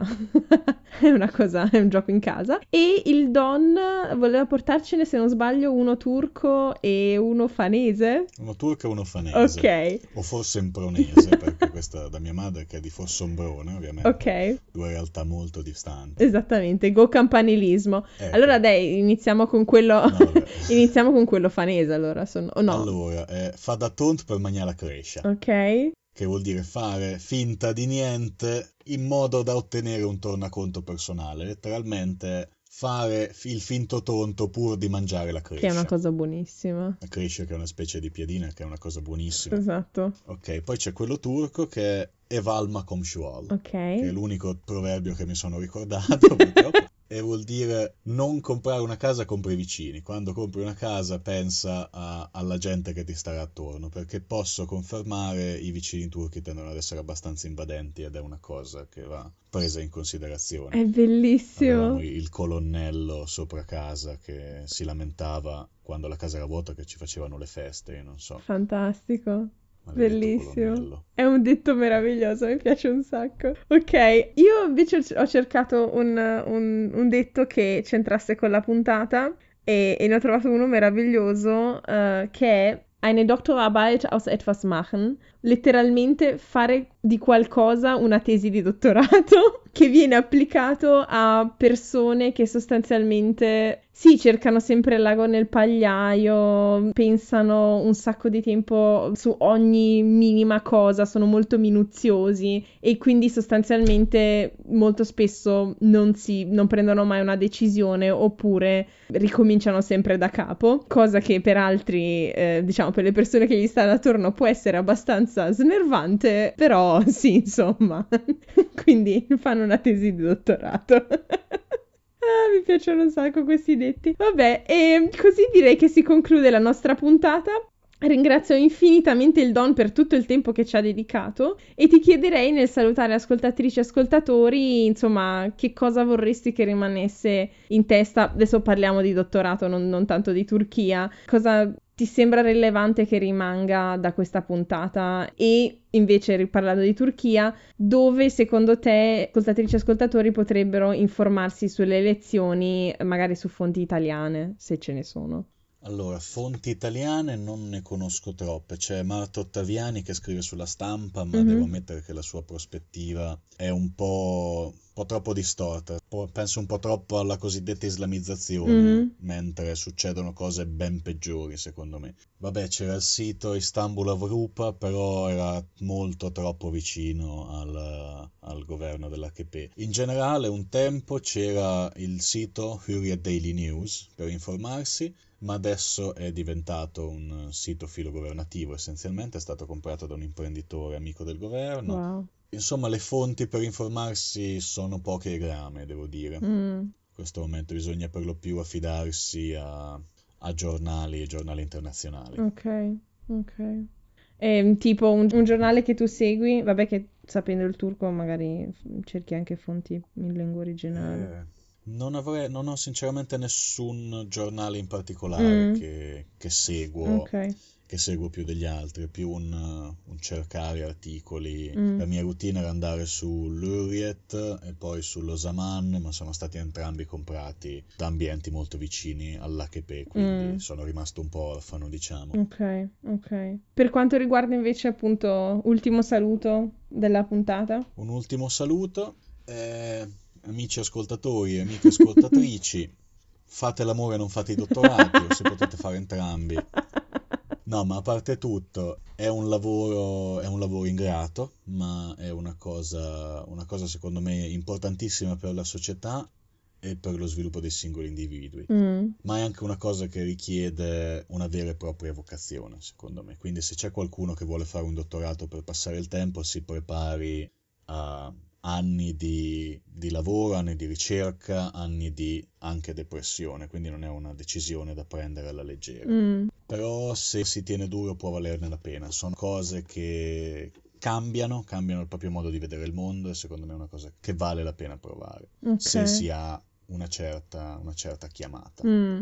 è un gioco in casa, e il Don voleva portarcene, se non sbaglio, uno turco e uno fanese. Uno turco e uno fanese. Ok. O fossembronese, perché questa da mia madre che è di Fossombrone, ovviamente. Ok. 2 realtà molto distanti. Esattamente, go campanilismo. Ecco. Allora dai, iniziamo con quello No, iniziamo con quello fanese, allora, no. Allora, fa da tont per mangiare la crescia. Ok. Che vuol dire fare finta di niente in modo da ottenere un tornaconto personale, letteralmente fare il finto tonto pur di mangiare la crescia. Che è una cosa buonissima. La crescia che è una specie di piadina, che è una cosa buonissima. Esatto. Ok, poi c'è quello turco che è Evalma Komşual, Ok. che è l'unico proverbio che mi sono ricordato, purtroppo. E vuol dire non comprare una casa, compri i vicini. Quando compri una casa pensa alla gente che ti starà attorno, perché posso confermare i vicini turchi tendono ad essere abbastanza invadenti ed è una cosa che va presa in considerazione. È bellissimo. Avevamo il colonnello sopra casa che si lamentava quando la casa era vuota che ci facevano le feste, io non so. Fantastico. Maledetto Bellissimo. colonnello. È un detto meraviglioso, mi piace un sacco. Ok, io invece ho cercato un detto che c'entrasse con la puntata e ne ho trovato uno meraviglioso che è eine Doktorarbeit aus etwas machen, letteralmente fare di qualcosa una tesi di dottorato che viene applicato a persone che sostanzialmente sì, cercano sempre il lago nel pagliaio, pensano un sacco di tempo su ogni minima cosa, sono molto minuziosi e quindi sostanzialmente molto spesso non prendono mai una decisione oppure ricominciano sempre da capo, cosa che per altri, diciamo per le persone che gli stanno attorno può essere abbastanza snervante, però sì, insomma, quindi fanno una tesi di dottorato. Mi piacciono un sacco questi detti. Vabbè, e così direi che si conclude la nostra puntata. Ringrazio infinitamente il Don per tutto il tempo che ci ha dedicato e ti chiederei nel salutare ascoltatrici e ascoltatori, insomma, che cosa vorresti che rimanesse in testa. Adesso parliamo di dottorato, non tanto di Turchia. Cosa ti sembra rilevante che rimanga da questa puntata? E invece, riparlando di Turchia, dove secondo te ascoltatrici e ascoltatori potrebbero informarsi sulle elezioni, magari su fonti italiane, se ce ne sono? Allora, fonti italiane non ne conosco troppe, c'è Marta Ottaviani che scrive sulla Stampa, ma devo ammettere che la sua prospettiva è un po' troppo distorta, penso un po' troppo alla cosiddetta islamizzazione, mentre succedono cose ben peggiori secondo me. Vabbè, c'era il sito Istanbul Avrupa, però era molto troppo vicino al governo dell'AKP. In generale, un tempo c'era il sito Hürriyet Daily News per informarsi, ma adesso è diventato un sito filogovernativo essenzialmente, è stato comprato da un imprenditore amico del governo. Wow. Insomma, le fonti per informarsi sono poche e grame, devo dire. In questo momento bisogna per lo più affidarsi a giornali e giornali internazionali. Ok. Tipo un giornale che tu segui, vabbè che sapendo il turco magari cerchi anche fonti in lingua originale. Non ho sinceramente nessun giornale in particolare che seguo, che seguo più degli altri, è più un cercare articoli. La mia routine era andare su Luriet e poi sullo Zaman, ma sono stati entrambi comprati da ambienti molto vicini all'HP, quindi sono rimasto un po' orfano, diciamo. Ok. Per quanto riguarda invece appunto ultimo saluto della puntata? Un ultimo saluto. Amici ascoltatori e amiche ascoltatrici, fate l'amore e non fate i dottorati, o se potete fare entrambi. No, ma a parte tutto, è un lavoro ingrato, ma è una cosa secondo me importantissima per la società e per lo sviluppo dei singoli individui. Ma è anche una cosa che richiede una vera e propria vocazione, secondo me. Quindi se c'è qualcuno che vuole fare un dottorato per passare il tempo, si prepari a anni di lavoro, anni di ricerca, anni di anche depressione, quindi non è una decisione da prendere alla leggera. Però se si tiene duro può valerne la pena. Sono cose che cambiano il proprio modo di vedere il mondo e secondo me è una cosa che vale la pena provare, se si ha una certa chiamata.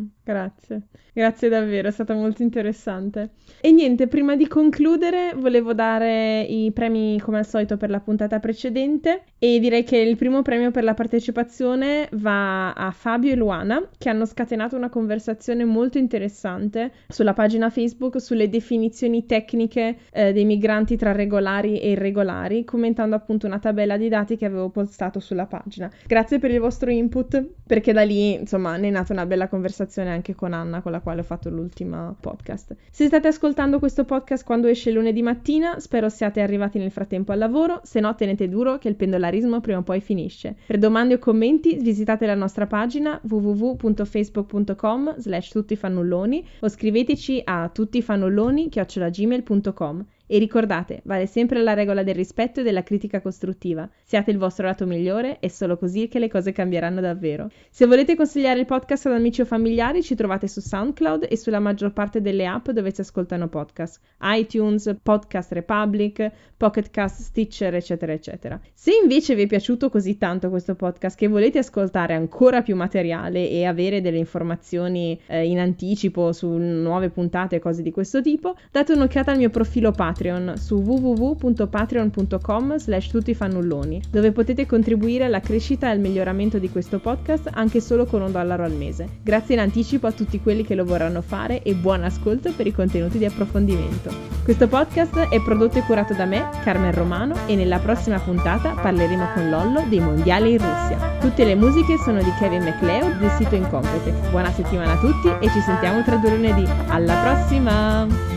Grazie davvero, è stata molto interessante. E niente, prima di concludere volevo dare i premi come al solito per la puntata precedente e direi che il primo premio per la partecipazione va a Fabio e Luana, che hanno scatenato una conversazione molto interessante sulla pagina Facebook sulle definizioni tecniche dei migranti tra regolari e irregolari, commentando appunto una tabella di dati che avevo postato sulla pagina. Grazie per il vostro input, perché da lì insomma ne è nata una bella conversazione anche con Anna, con la quale ho fatto l'ultima podcast. Se state ascoltando questo podcast quando esce lunedì mattina, spero siate arrivati nel frattempo al lavoro, se no tenete duro che il pendolarismo prima o poi finisce. Per domande o commenti visitate la nostra pagina www.facebook.com/tuttifannulloni o scriveteci a tuttifannulloni@gmail.com. E ricordate, vale sempre la regola del rispetto e della critica costruttiva. Siate il vostro lato migliore, è solo così che le cose cambieranno davvero. Se volete consigliare il podcast ad amici o familiari, ci trovate su SoundCloud e sulla maggior parte delle app dove si ascoltano podcast. iTunes, Podcast Republic, Pocket Cast, Stitcher, eccetera, eccetera. Se invece vi è piaciuto così tanto questo podcast che volete ascoltare ancora più materiale e avere delle informazioni in anticipo su nuove puntate e cose di questo tipo, date un'occhiata al mio profilo Patreon su www.patreon.com/tuttifannulloni, dove potete contribuire alla crescita e al miglioramento di questo podcast anche solo con $1 al mese. Grazie in anticipo a tutti quelli che lo vorranno fare e buon ascolto per i contenuti di approfondimento. Questo podcast è prodotto e curato da me, Carmen Romano, e nella prossima puntata parleremo con Lollo dei mondiali in Russia. Tutte le musiche sono di Kevin MacLeod del sito Incompetech. Buona settimana a tutti e ci sentiamo tra 2 lunedì. Alla prossima!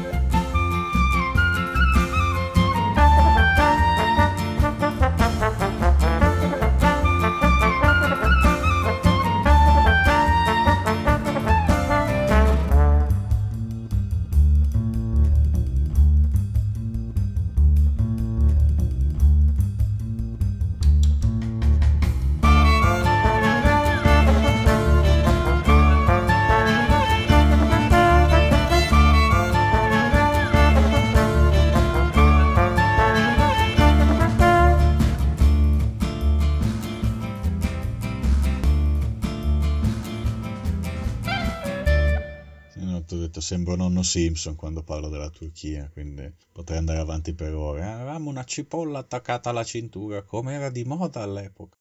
Sembro nonno Simpson quando parlo della Turchia, quindi potrei andare avanti per ore. Avevamo una cipolla attaccata alla cintura, come era di moda all'epoca.